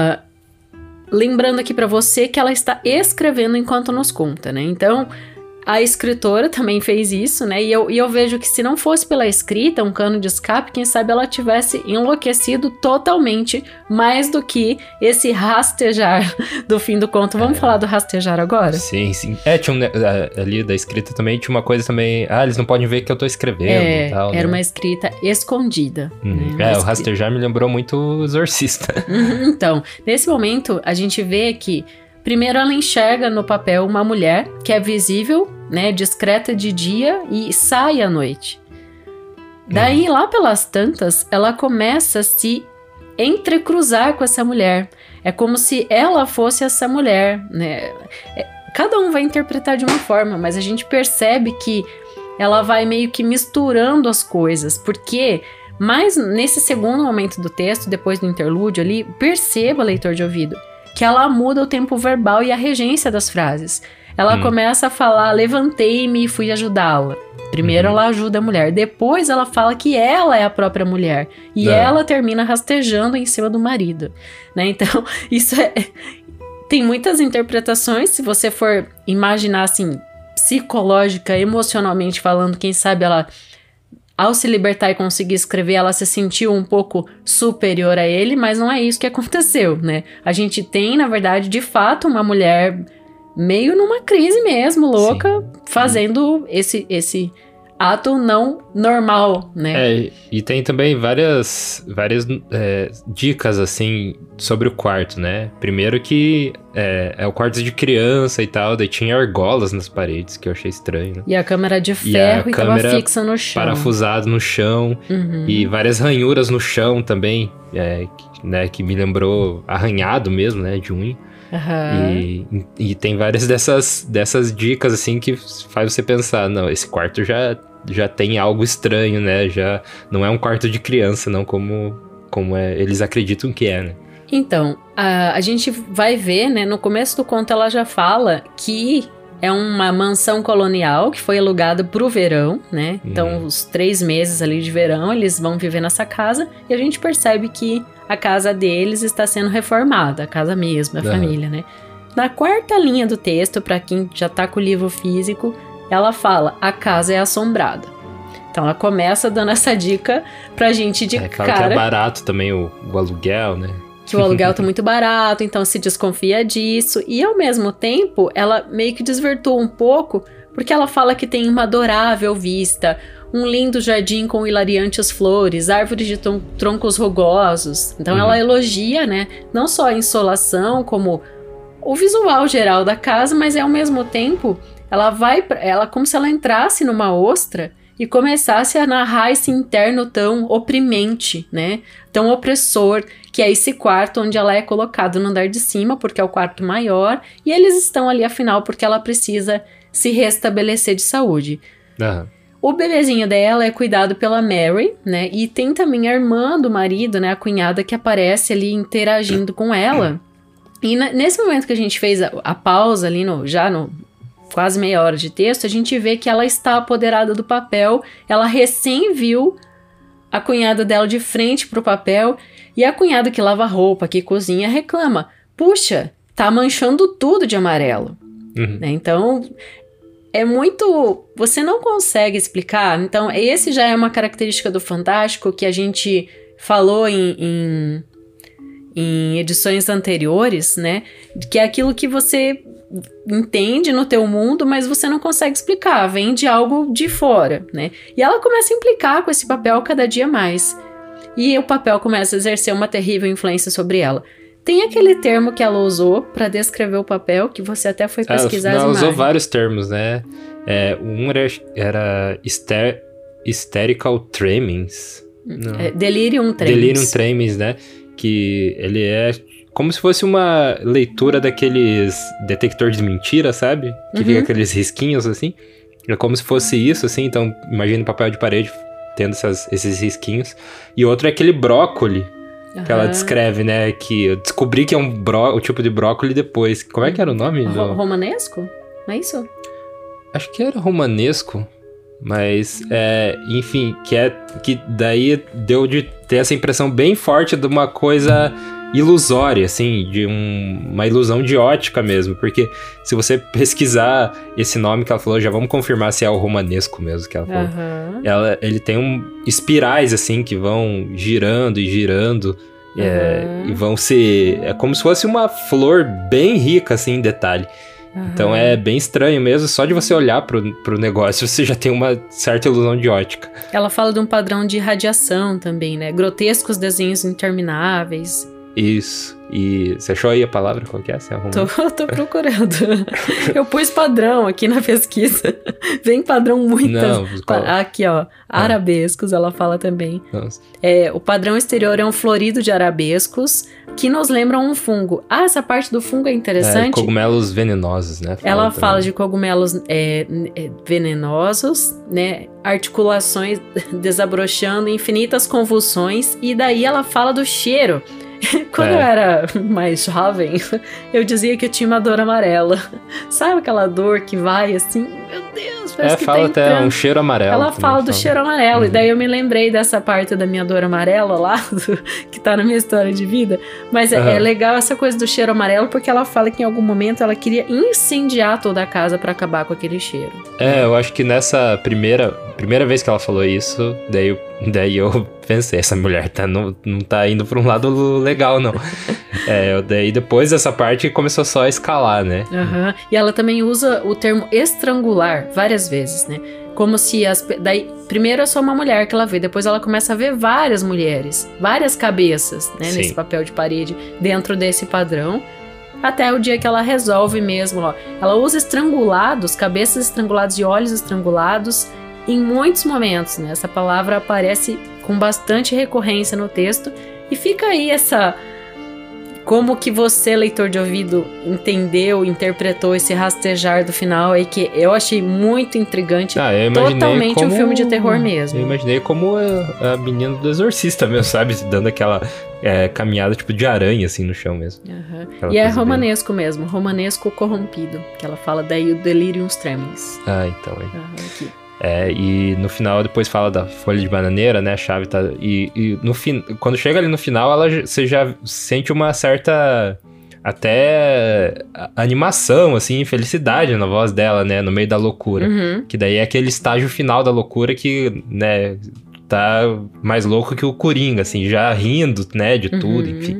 lembrando aqui pra você que ela está escrevendo enquanto nos conta, né? Então, a escritora também fez isso, né? E eu vejo que se não fosse pela escrita, um cano de escape, quem sabe ela tivesse enlouquecido totalmente, mais do que esse rastejar do fim do conto. Vamos falar do rastejar agora? Sim. Tinha ali da escrita também, tinha uma coisa também... eles não podem ver que eu tô escrevendo e tal, era né? uma escrita escondida. Né? O rastejar me lembrou muito o Exorcista. Então, nesse momento, a gente vê que primeiro ela enxerga no papel uma mulher que é visível, né, discreta de dia e sai à noite. Daí, lá pelas tantas, ela começa a se entrecruzar com essa mulher. É como se ela fosse essa mulher, né? Cada um vai interpretar de uma forma, mas a gente percebe que ela vai meio que misturando as coisas, porque... Mas nesse segundo momento do texto, depois do interlúdio ali, perceba, leitor de ouvido, que ela muda o tempo verbal e a regência das frases. Ela começa a falar, levantei-me e fui ajudá-la. Primeiro ela ajuda a mulher, depois ela fala que ela é a própria mulher. E ela termina rastejando em cima do marido. Né? Então, isso tem muitas interpretações, se você for imaginar assim, psicológica, emocionalmente falando, quem sabe ela... Ao se libertar e conseguir escrever, ela se sentiu um pouco superior a ele, mas não é isso que aconteceu, né? A gente tem, na verdade, de fato, uma mulher meio numa crise mesmo, louca, fazendo esse ato não normal, né? E tem também várias dicas, assim, sobre o quarto, né? Primeiro que é o quarto de criança e tal, daí tinha argolas nas paredes, que eu achei estranho, né? E a câmera de ferro e tava fixa no chão. Parafusado no chão, e várias ranhuras no chão também, né? Que me lembrou arranhado mesmo, né? De unha. E tem várias dessas dicas, assim, que faz você pensar, não, esse quarto já tem algo estranho, né? Já não é um quarto de criança, não como eles acreditam que é, né? Então, a gente vai ver, né? No começo do conto ela já fala que é uma mansão colonial que foi alugada pro verão, né? Então, os 3 meses ali de verão, eles vão viver nessa casa e a gente percebe que a casa deles está sendo reformada, a casa mesmo, a família, né? Na 4ª linha do texto, para quem já tá com o livro físico, ela fala, a casa é assombrada. Então ela começa dando essa dica pra gente de cara... que é barato também o aluguel, né? Que o aluguel tá muito barato, então se desconfia disso. E ao mesmo tempo, ela meio que desvirtua um pouco, porque ela fala que tem uma adorável vista, um lindo jardim com hilariantes flores, árvores de troncos rugosos. Então ela elogia, né? Não só a insolação, como o visual geral da casa, mas ao mesmo tempo, ela como se ela entrasse numa ostra e começasse a narrar esse interno tão oprimente, né? Tão opressor, que é esse quarto onde ela é colocada no andar de cima, porque é o quarto maior, e eles estão ali, afinal, porque ela precisa se restabelecer de saúde. O bebezinho dela é cuidado pela Mary, né? E tem também a irmã do marido, né? A cunhada que aparece ali interagindo com ela. E nesse momento que a gente fez a pausa ali, já no quase meia hora de texto, a gente vê que ela está apoderada do papel. Ela recém viu a cunhada dela de frente pro papel. E a cunhada que lava roupa, que cozinha, reclama. Puxa, tá manchando tudo de amarelo. Né? Então... é muito... Você não consegue explicar. Então, esse já é uma característica do Fantástico que a gente falou em edições anteriores, né? Que é aquilo que você entende no teu mundo, mas você não consegue explicar. Vem de algo de fora, né? E ela começa a implicar com esse papel cada dia mais. E o papel começa a exercer uma terrível influência sobre ela. Tem aquele termo que ela usou para descrever o papel, que você até foi pesquisar as imagens. Ela usou vários termos, né? Um era Hysterical Tremens. Delirium Tremens. Delirium Tremens, né? Que ele é como se fosse uma leitura daqueles detector de mentira, sabe? Que fica aqueles risquinhos, assim. É como se fosse isso, assim. Então, imagina papel de parede tendo esses risquinhos. E outro é aquele brócoli que ela descreve, né? Que eu descobri que é o tipo de brócoli depois. Como é que era o nome? Romanesco? Não é isso? Acho que era romanesco. Mas, enfim, que daí deu de ter essa impressão bem forte de uma coisa ilusória, assim, de uma ilusão de ótica mesmo, porque se você pesquisar esse nome que ela falou, já vamos confirmar se é o romanesco mesmo que ela falou. Ele tem espirais, assim, que vão girando e girando, e vão ser... É como se fosse uma flor bem rica, assim, em detalhe. Então é bem estranho mesmo, só de você olhar pro negócio, você já tem uma certa ilusão de ótica. Ela fala de um padrão de radiação também, né? Grotescos desenhos intermináveis. Isso. E você achou aí a palavra? Qual que é? Você arrumou? Tô procurando. Eu pus padrão aqui na pesquisa. Vem padrão muitas. Não, aqui, ó. Arabescos, ela fala também. Nossa. O padrão exterior é um florido de arabescos que nos lembram um fungo. Essa parte do fungo é interessante. Cogumelos venenosos, né? Ela fala de cogumelos venenosos, né? Articulações desabrochando, infinitas convulsões. E daí ela fala do cheiro. Quando eu era mais jovem, eu dizia que eu tinha uma dor amarela. Sabe aquela dor que vai assim? Meu Deus, parece que fala tá até um cheiro amarelo. Ela fala do cheiro amarelo. E daí eu me lembrei dessa parte da minha dor amarela lá, que tá na minha história de vida. Mas é legal essa coisa do cheiro amarelo, porque ela fala que em algum momento ela queria incendiar toda a casa pra acabar com aquele cheiro. Eu acho que nessa primeira vez que ela falou isso, daí eu pensei, essa mulher não tá indo pra um lado legal, não. Daí depois dessa parte começou só a escalar, né? E ela também usa o termo estrangular várias vezes, né? Como se daí, primeiro é só uma mulher que ela vê, depois ela começa a ver várias mulheres, várias cabeças, né? Nesse papel de parede, dentro desse padrão. Até o dia que ela resolve mesmo, ó. Ela usa estrangulados, cabeças estranguladas e olhos estrangulados em muitos momentos, né? Essa palavra aparece com bastante recorrência no texto e fica aí como que você, leitor de ouvido, interpretou esse rastejar do final aí, que eu achei muito intrigante, totalmente um filme de terror mesmo. Eu imaginei como a menina do Exorcista mesmo, sabe? Dando aquela caminhada tipo de aranha assim no chão mesmo. E é romanesco mesmo, romanesco corrompido, que ela fala daí o Delirium Tremens. Então aqui. E no final depois fala da folha de bananeira, né? A chave tá... E quando chega ali no final, você já sente uma certa... Até animação, assim, felicidade na voz dela, né? No meio da loucura. Que daí é aquele estágio final da loucura que, né... Tá mais louco que o Coringa, assim, já rindo, né? De tudo, enfim.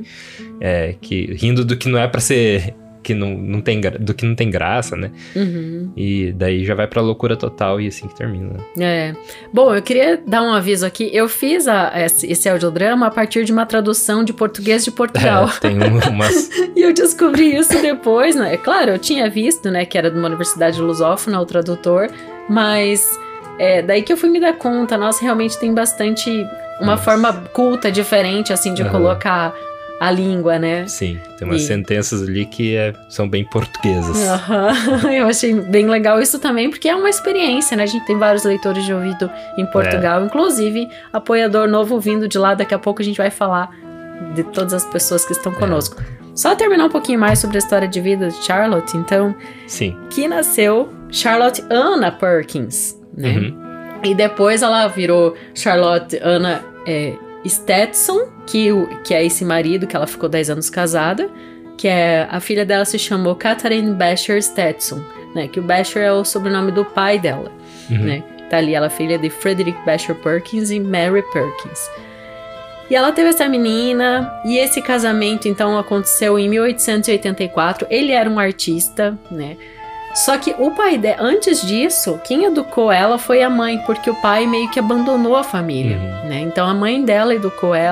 Rindo do que não é pra ser... do que não tem graça, né? E daí já vai pra loucura total e assim que termina. Bom, eu queria dar um aviso aqui. Eu fiz esse audiodrama a partir de uma tradução de português de Portugal. Tem umas... E eu descobri isso depois, né? É claro, eu tinha visto, né, que era de uma universidade lusófona, o tradutor, mas daí que eu fui me dar conta, nossa, realmente tem bastante... Uma forma culta, diferente, assim, de colocar... a língua, né? Sim, tem umas sentenças ali que são bem portuguesas. Eu achei bem legal isso também, porque é uma experiência, né? A gente tem vários leitores de ouvido em Portugal, inclusive apoiador novo vindo de lá. Daqui a pouco a gente vai falar de todas as pessoas que estão conosco. Só terminar um pouquinho mais sobre a história de vida de Charlotte, então. Sim. Que nasceu Charlotte Anna Perkins, né? E depois ela virou Charlotte Anna Stetson, que é esse marido que ela ficou 10 anos casada, que a filha dela se chamou Catherine Basher Stetson, né? Que o Basher é o sobrenome do pai dela, né? Tá ali, ela é filha de Frederick Basher Perkins e Mary Perkins. E ela teve essa menina, e esse casamento, então, aconteceu em 1884. Ele era um artista, né? Só que o pai dela, antes disso, quem educou ela foi a mãe, porque o pai meio que abandonou a família, né? Então a mãe dela educou ela,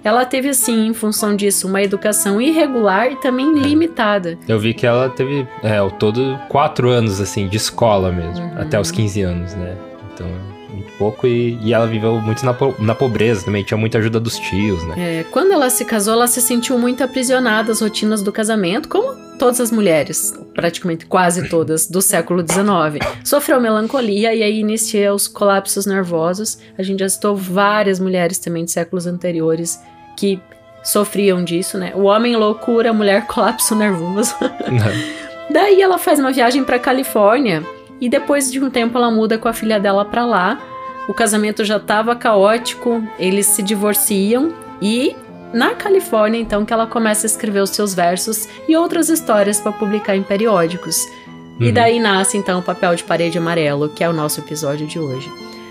ela teve, assim, em função disso, uma educação irregular e também limitada. Eu vi que ela teve, ao todo, 4 anos, assim, de escola mesmo, até os 15 anos, né? Então, muito pouco, e ela viveu muito na pobreza também, tinha muita ajuda dos tios, né? Quando ela se casou, ela se sentiu muito aprisionada às rotinas do casamento, como todas as mulheres, praticamente quase todas, do século XIX. Sofreu melancolia e aí inicia os colapsos nervosos. A gente já citou várias mulheres também de séculos anteriores que sofriam disso, né? O homem loucura, a mulher colapso nervoso. Daí ela faz uma viagem para Califórnia e depois de um tempo ela muda com a filha dela para lá. O casamento já estava caótico, eles se divorciam e na Califórnia, então, que ela começa a escrever os seus versos e outras histórias para publicar em periódicos. E daí nasce, então, o Papel de Parede Amarelo, que é o nosso episódio de hoje.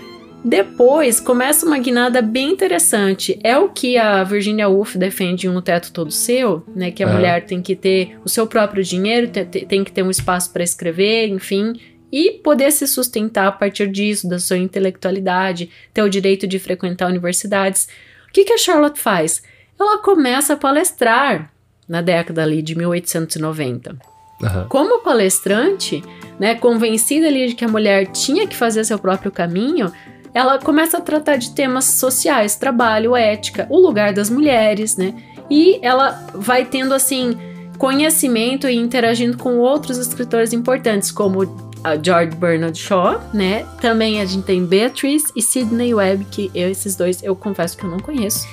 Depois, começa uma guinada bem interessante. É o que a Virginia Woolf defende em Um Teto Todo Seu, né? Que a mulher tem que ter o seu próprio dinheiro, tem que ter um espaço para escrever, enfim, e poder se sustentar a partir disso, da sua intelectualidade, ter o direito de frequentar universidades. O que a Charlotte faz? Ela começa a palestrar na década ali de 1890. Como palestrante, né, convencida ali de que a mulher tinha que fazer seu próprio caminho, ela começa a tratar de temas sociais, trabalho, ética, o lugar das mulheres, né? E ela vai tendo, assim, conhecimento e interagindo com outros escritores importantes, como a George Bernard Shaw, né? Também a gente tem Beatrice e Sidney Webb, que esses dois eu confesso que eu não conheço.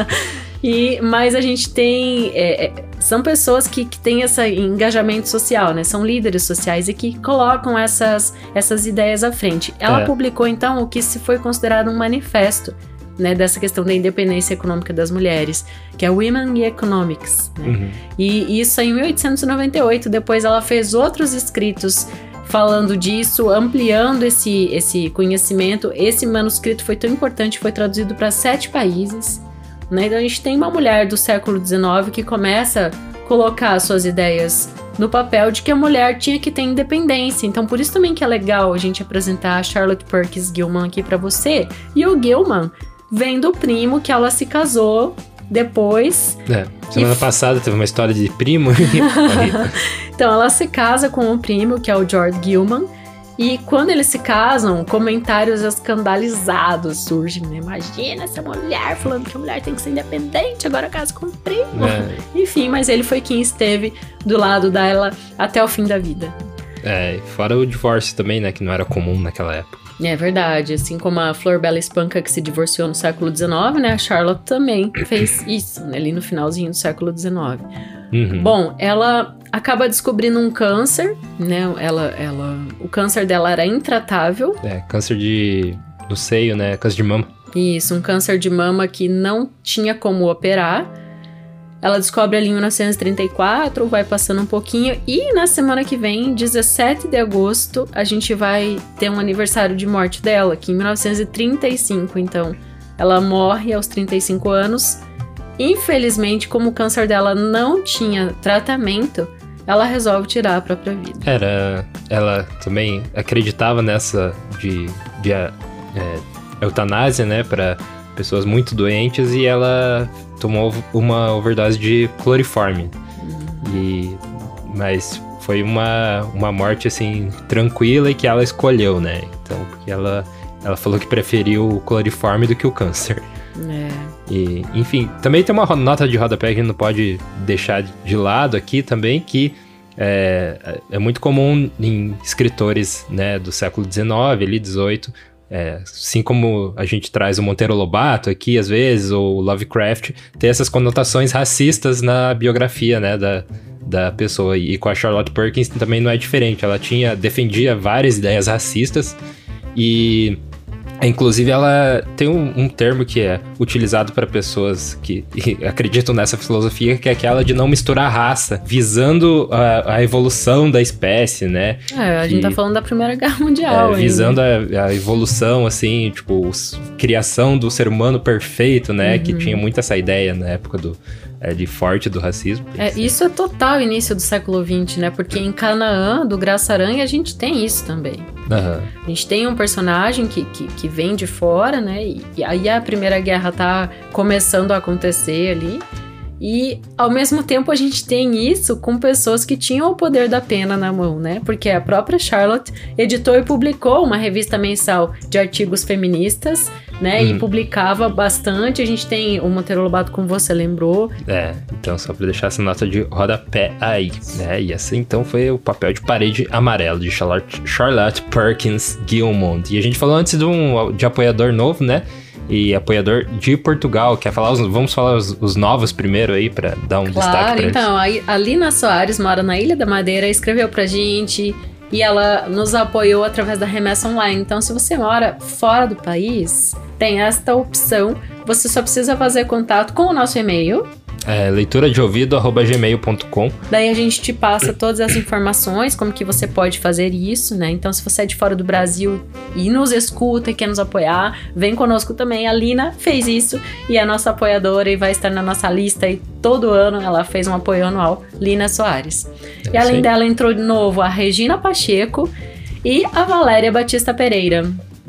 Mas a gente tem... são pessoas que têm esse engajamento social, né? São líderes sociais e que colocam essas ideias à frente. Ela publicou, então, o que se foi considerado um manifesto, né, dessa questão da independência econômica das mulheres, que é Women in Economics, né? E isso em 1898. Depois ela fez outros escritos falando disso, ampliando esse conhecimento. Esse manuscrito foi tão importante, foi traduzido para 7 países, né? Então a gente tem uma mulher do século XIX que começa a colocar suas ideias no papel de que a mulher tinha que ter independência. Então por isso também que é legal a gente apresentar a Charlotte Perkins Gilman aqui para você. E o Gilman vem do primo que ela se casou depois. Semana passada teve uma história de primo. Então ela se casa com o primo, que é o George Gilman, e quando eles se casam, comentários escandalizados surgem, né? Imagina essa mulher falando que a mulher tem que ser independente, agora casa com o primo. Enfim, mas ele foi quem esteve do lado dela até o fim da vida. Fora o divórcio também, né? Que não era comum naquela época. É verdade, assim como a Flor Bela Espanca que se divorciou no século XIX, né? A Charlotte também fez isso, né, ali no finalzinho do século XIX. Bom, ela acaba descobrindo um câncer, né? O câncer dela era intratável. Câncer do seio, né? Câncer de mama. Isso, um câncer de mama que não tinha como operar. Ela descobre ali em 1934, vai passando um pouquinho, e na semana que vem, 17 de agosto, a gente vai ter um aniversário de morte dela, que em 1935, então, ela morre aos 35 anos. Infelizmente, como o câncer dela não tinha tratamento, ela resolve tirar a própria vida. Ela também acreditava nessa de eutanásia, né, para pessoas muito doentes, e ela tomou uma overdose de cloriforme. Mas foi uma morte, assim, tranquila e que ela escolheu, né? Então, porque ela falou que preferiu o cloriforme do que o câncer. E, enfim, também tem uma nota de rodapé que a gente não pode deixar de lado aqui também, que é muito comum em escritores, né, do século XIX, ali, 18, assim como a gente traz o Monteiro Lobato aqui, às vezes, ou o Lovecraft, tem essas conotações racistas na biografia, né, da pessoa. E com a Charlotte Perkins também não é diferente. Ela defendia várias ideias racistas e... Inclusive, ela tem um termo que é utilizado para pessoas que acreditam nessa filosofia, que é aquela de não misturar raça, visando a evolução da espécie, né? A gente tá falando da Primeira Guerra Mundial. Visando a evolução, assim, tipo, criação do ser humano perfeito, né? Que tinha muito essa ideia na época ali forte do racismo. Isso é total início do século XX, né? Porque em Canaã, do Graça Aranha, a gente tem isso também. Uhum. A gente tem um personagem que vem de fora, né? E aí a Primeira Guerra tá começando a acontecer ali. E, ao mesmo tempo, a gente tem isso com pessoas que tinham o poder da pena na mão, né? Porque a própria Charlotte editou e publicou uma revista mensal de artigos feministas, né? E publicava bastante. A gente tem o Monteiro Lobato, como você lembrou. Então só pra deixar essa nota de rodapé aí, né? E assim, então, foi o Papel de Parede Amarelo, de Charlotte Perkins Gilmore. E a gente falou antes de apoiador novo, né? E apoiador de Portugal. Quer falar? Vamos falar os novos primeiro aí, pra dar um destaque pra então, a Lina Soares mora na Ilha da Madeira, escreveu pra gente e ela nos apoiou através da remessa online. Então, se você mora fora do país, tem esta opção. Você só precisa fazer contato com o nosso e-mail. leituradeouvido@gmail.com. Daí a gente te passa todas as informações, como que você pode fazer isso, né? Então, se você é de fora do Brasil e nos escuta e quer nos apoiar, vem conosco também. A Lina fez isso e é nossa apoiadora e vai estar na nossa lista e todo ano ela fez um apoio anual, Lina Soares. E além dela entrou de novo a Regina Pacheco e a Valéria Batista Pereira.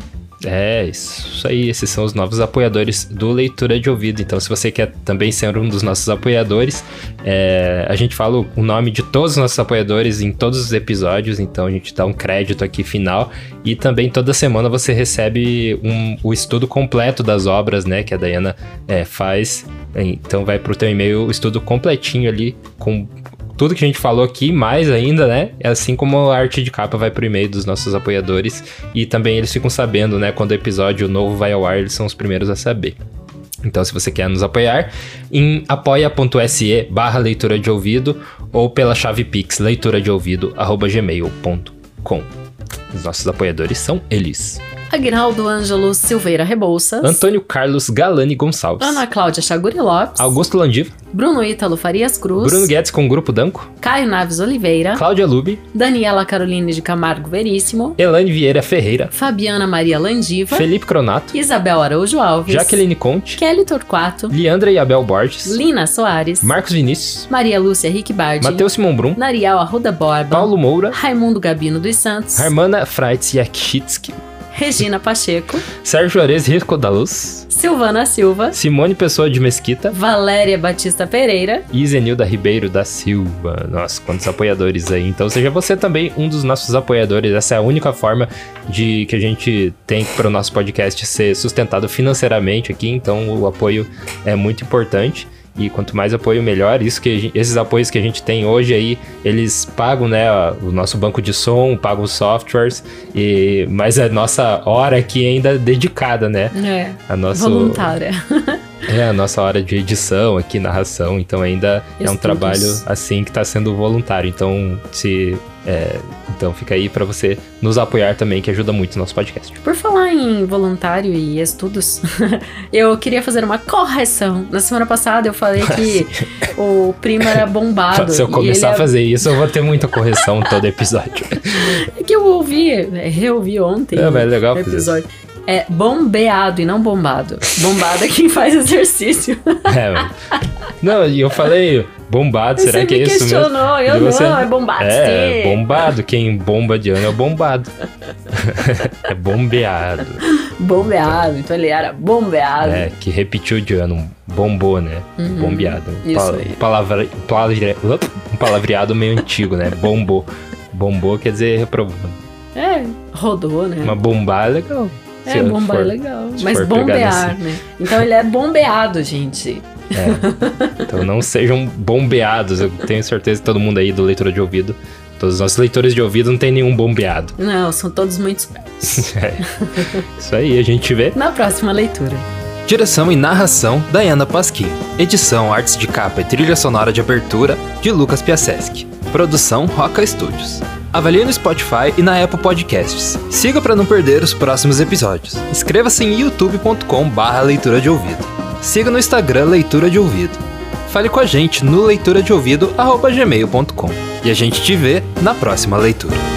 Isso aí, esses são os novos apoiadores do Leitura de Ouvido. Então, se você quer também ser um dos nossos apoiadores, a gente fala o nome de todos os nossos apoiadores em todos os episódios, então a gente dá um crédito aqui final. E também toda semana você recebe o estudo completo das obras, né, que a Dayana faz. Então vai pro teu e-mail o estudo completinho ali, com tudo que a gente falou aqui, mais ainda, né? Assim como a arte de capa vai pro e-mail dos nossos apoiadores. E também eles ficam sabendo, né? Quando o episódio novo vai ao ar, eles são os primeiros a saber. Então, se você quer nos apoiar, em apoia.se/leitura de ouvido ou pela chave Pix, leituradeouvido@gmail.com. Os nossos apoiadores são eles: Aguinaldo Ângelo Silveira Rebouças, Antônio Carlos Galani Gonçalves, Ana Cláudia Chaguri Lopes, Augusto Landiva, Bruno Ítalo Farias Cruz, Bruno Guedes com o Grupo Danco, Caio Naves Oliveira, Cláudia Lube, Daniela Caroline de Camargo Veríssimo, Elane Vieira Ferreira, Fabiana Maria Landiva, Felipe Cronato, Isabel Araújo Alves, Jaqueline Conte, Kelly Torquato, Leandra e Abel Borges, Lina Soares, Marcos Vinícius, Maria Lúcia Henrique Bardi, Matheus Simão Brum, Nariel Arruda Borba, Paulo Moura, Raimundo Gabino dos Santos, Harmana Freitz Yakshitsky, Regina Pacheco, Sérgio Ares Risco da Luz, Silvana Silva, Simone Pessoa de Mesquita, Valéria Batista Pereira e Zenilda Ribeiro da Silva. Nossa, quantos apoiadores aí. Então seja você também um dos nossos apoiadores. Essa é a única forma que a gente tem para o nosso podcast ser sustentado financeiramente aqui. Então o apoio é muito importante. E quanto mais apoio, melhor. Esses apoios que a gente tem hoje aí, eles pagam, né, o nosso banco de som, pagam os softwares, mas a nossa hora aqui ainda é dedicada, né? A nossa voluntária. A nossa hora de edição aqui, narração, então ainda é um trabalho assim que está sendo voluntário. Então, então fica aí para você nos apoiar também, que ajuda muito o nosso podcast. Por falar em voluntário e estudos, eu queria fazer uma correção. Na semana passada eu falei que o primo era bombado. Se eu começar a fazer isso, eu vou ter muita correção todo episódio. É que eu reouvi ontem mas é legal o episódio. É bombeado e não bombado. Bombado é quem faz exercício. Não, e eu falei bombado, será que é isso mesmo? Não, é bombado. É bombado, quem bomba de ano é o bombado. É bombeado. Bombeado, então ele era bombeado. Que repetiu de ano, bombou, né? Bombeado. Isso aí. Um palavreado meio antigo, né? Bombou. Bombou quer dizer reprovou. Rodou, né? Uma bombada é legal. Bombar é legal. Mas bombear, né? Então ele é bombeado, gente. Então não sejam bombeados. Eu tenho certeza que todo mundo aí do Leitura de Ouvido, todos os nossos leitores de ouvido, não tem nenhum bombeado. Não, são todos muito espertos. Isso aí, a gente vê na próxima leitura. Direção e narração, Dayana Pasquim. Edição, artes de capa e trilha sonora de abertura, de Lucas Piasecki. Produção, Roca Studios. Avalie no Spotify e na Apple Podcasts. Siga para não perder os próximos episódios. Inscreva-se em youtube.com/leitura de ouvido. Siga no Instagram Leitura de Ouvido. Fale com a gente no leituradeouvido@gmail.com. E a gente te vê na próxima leitura.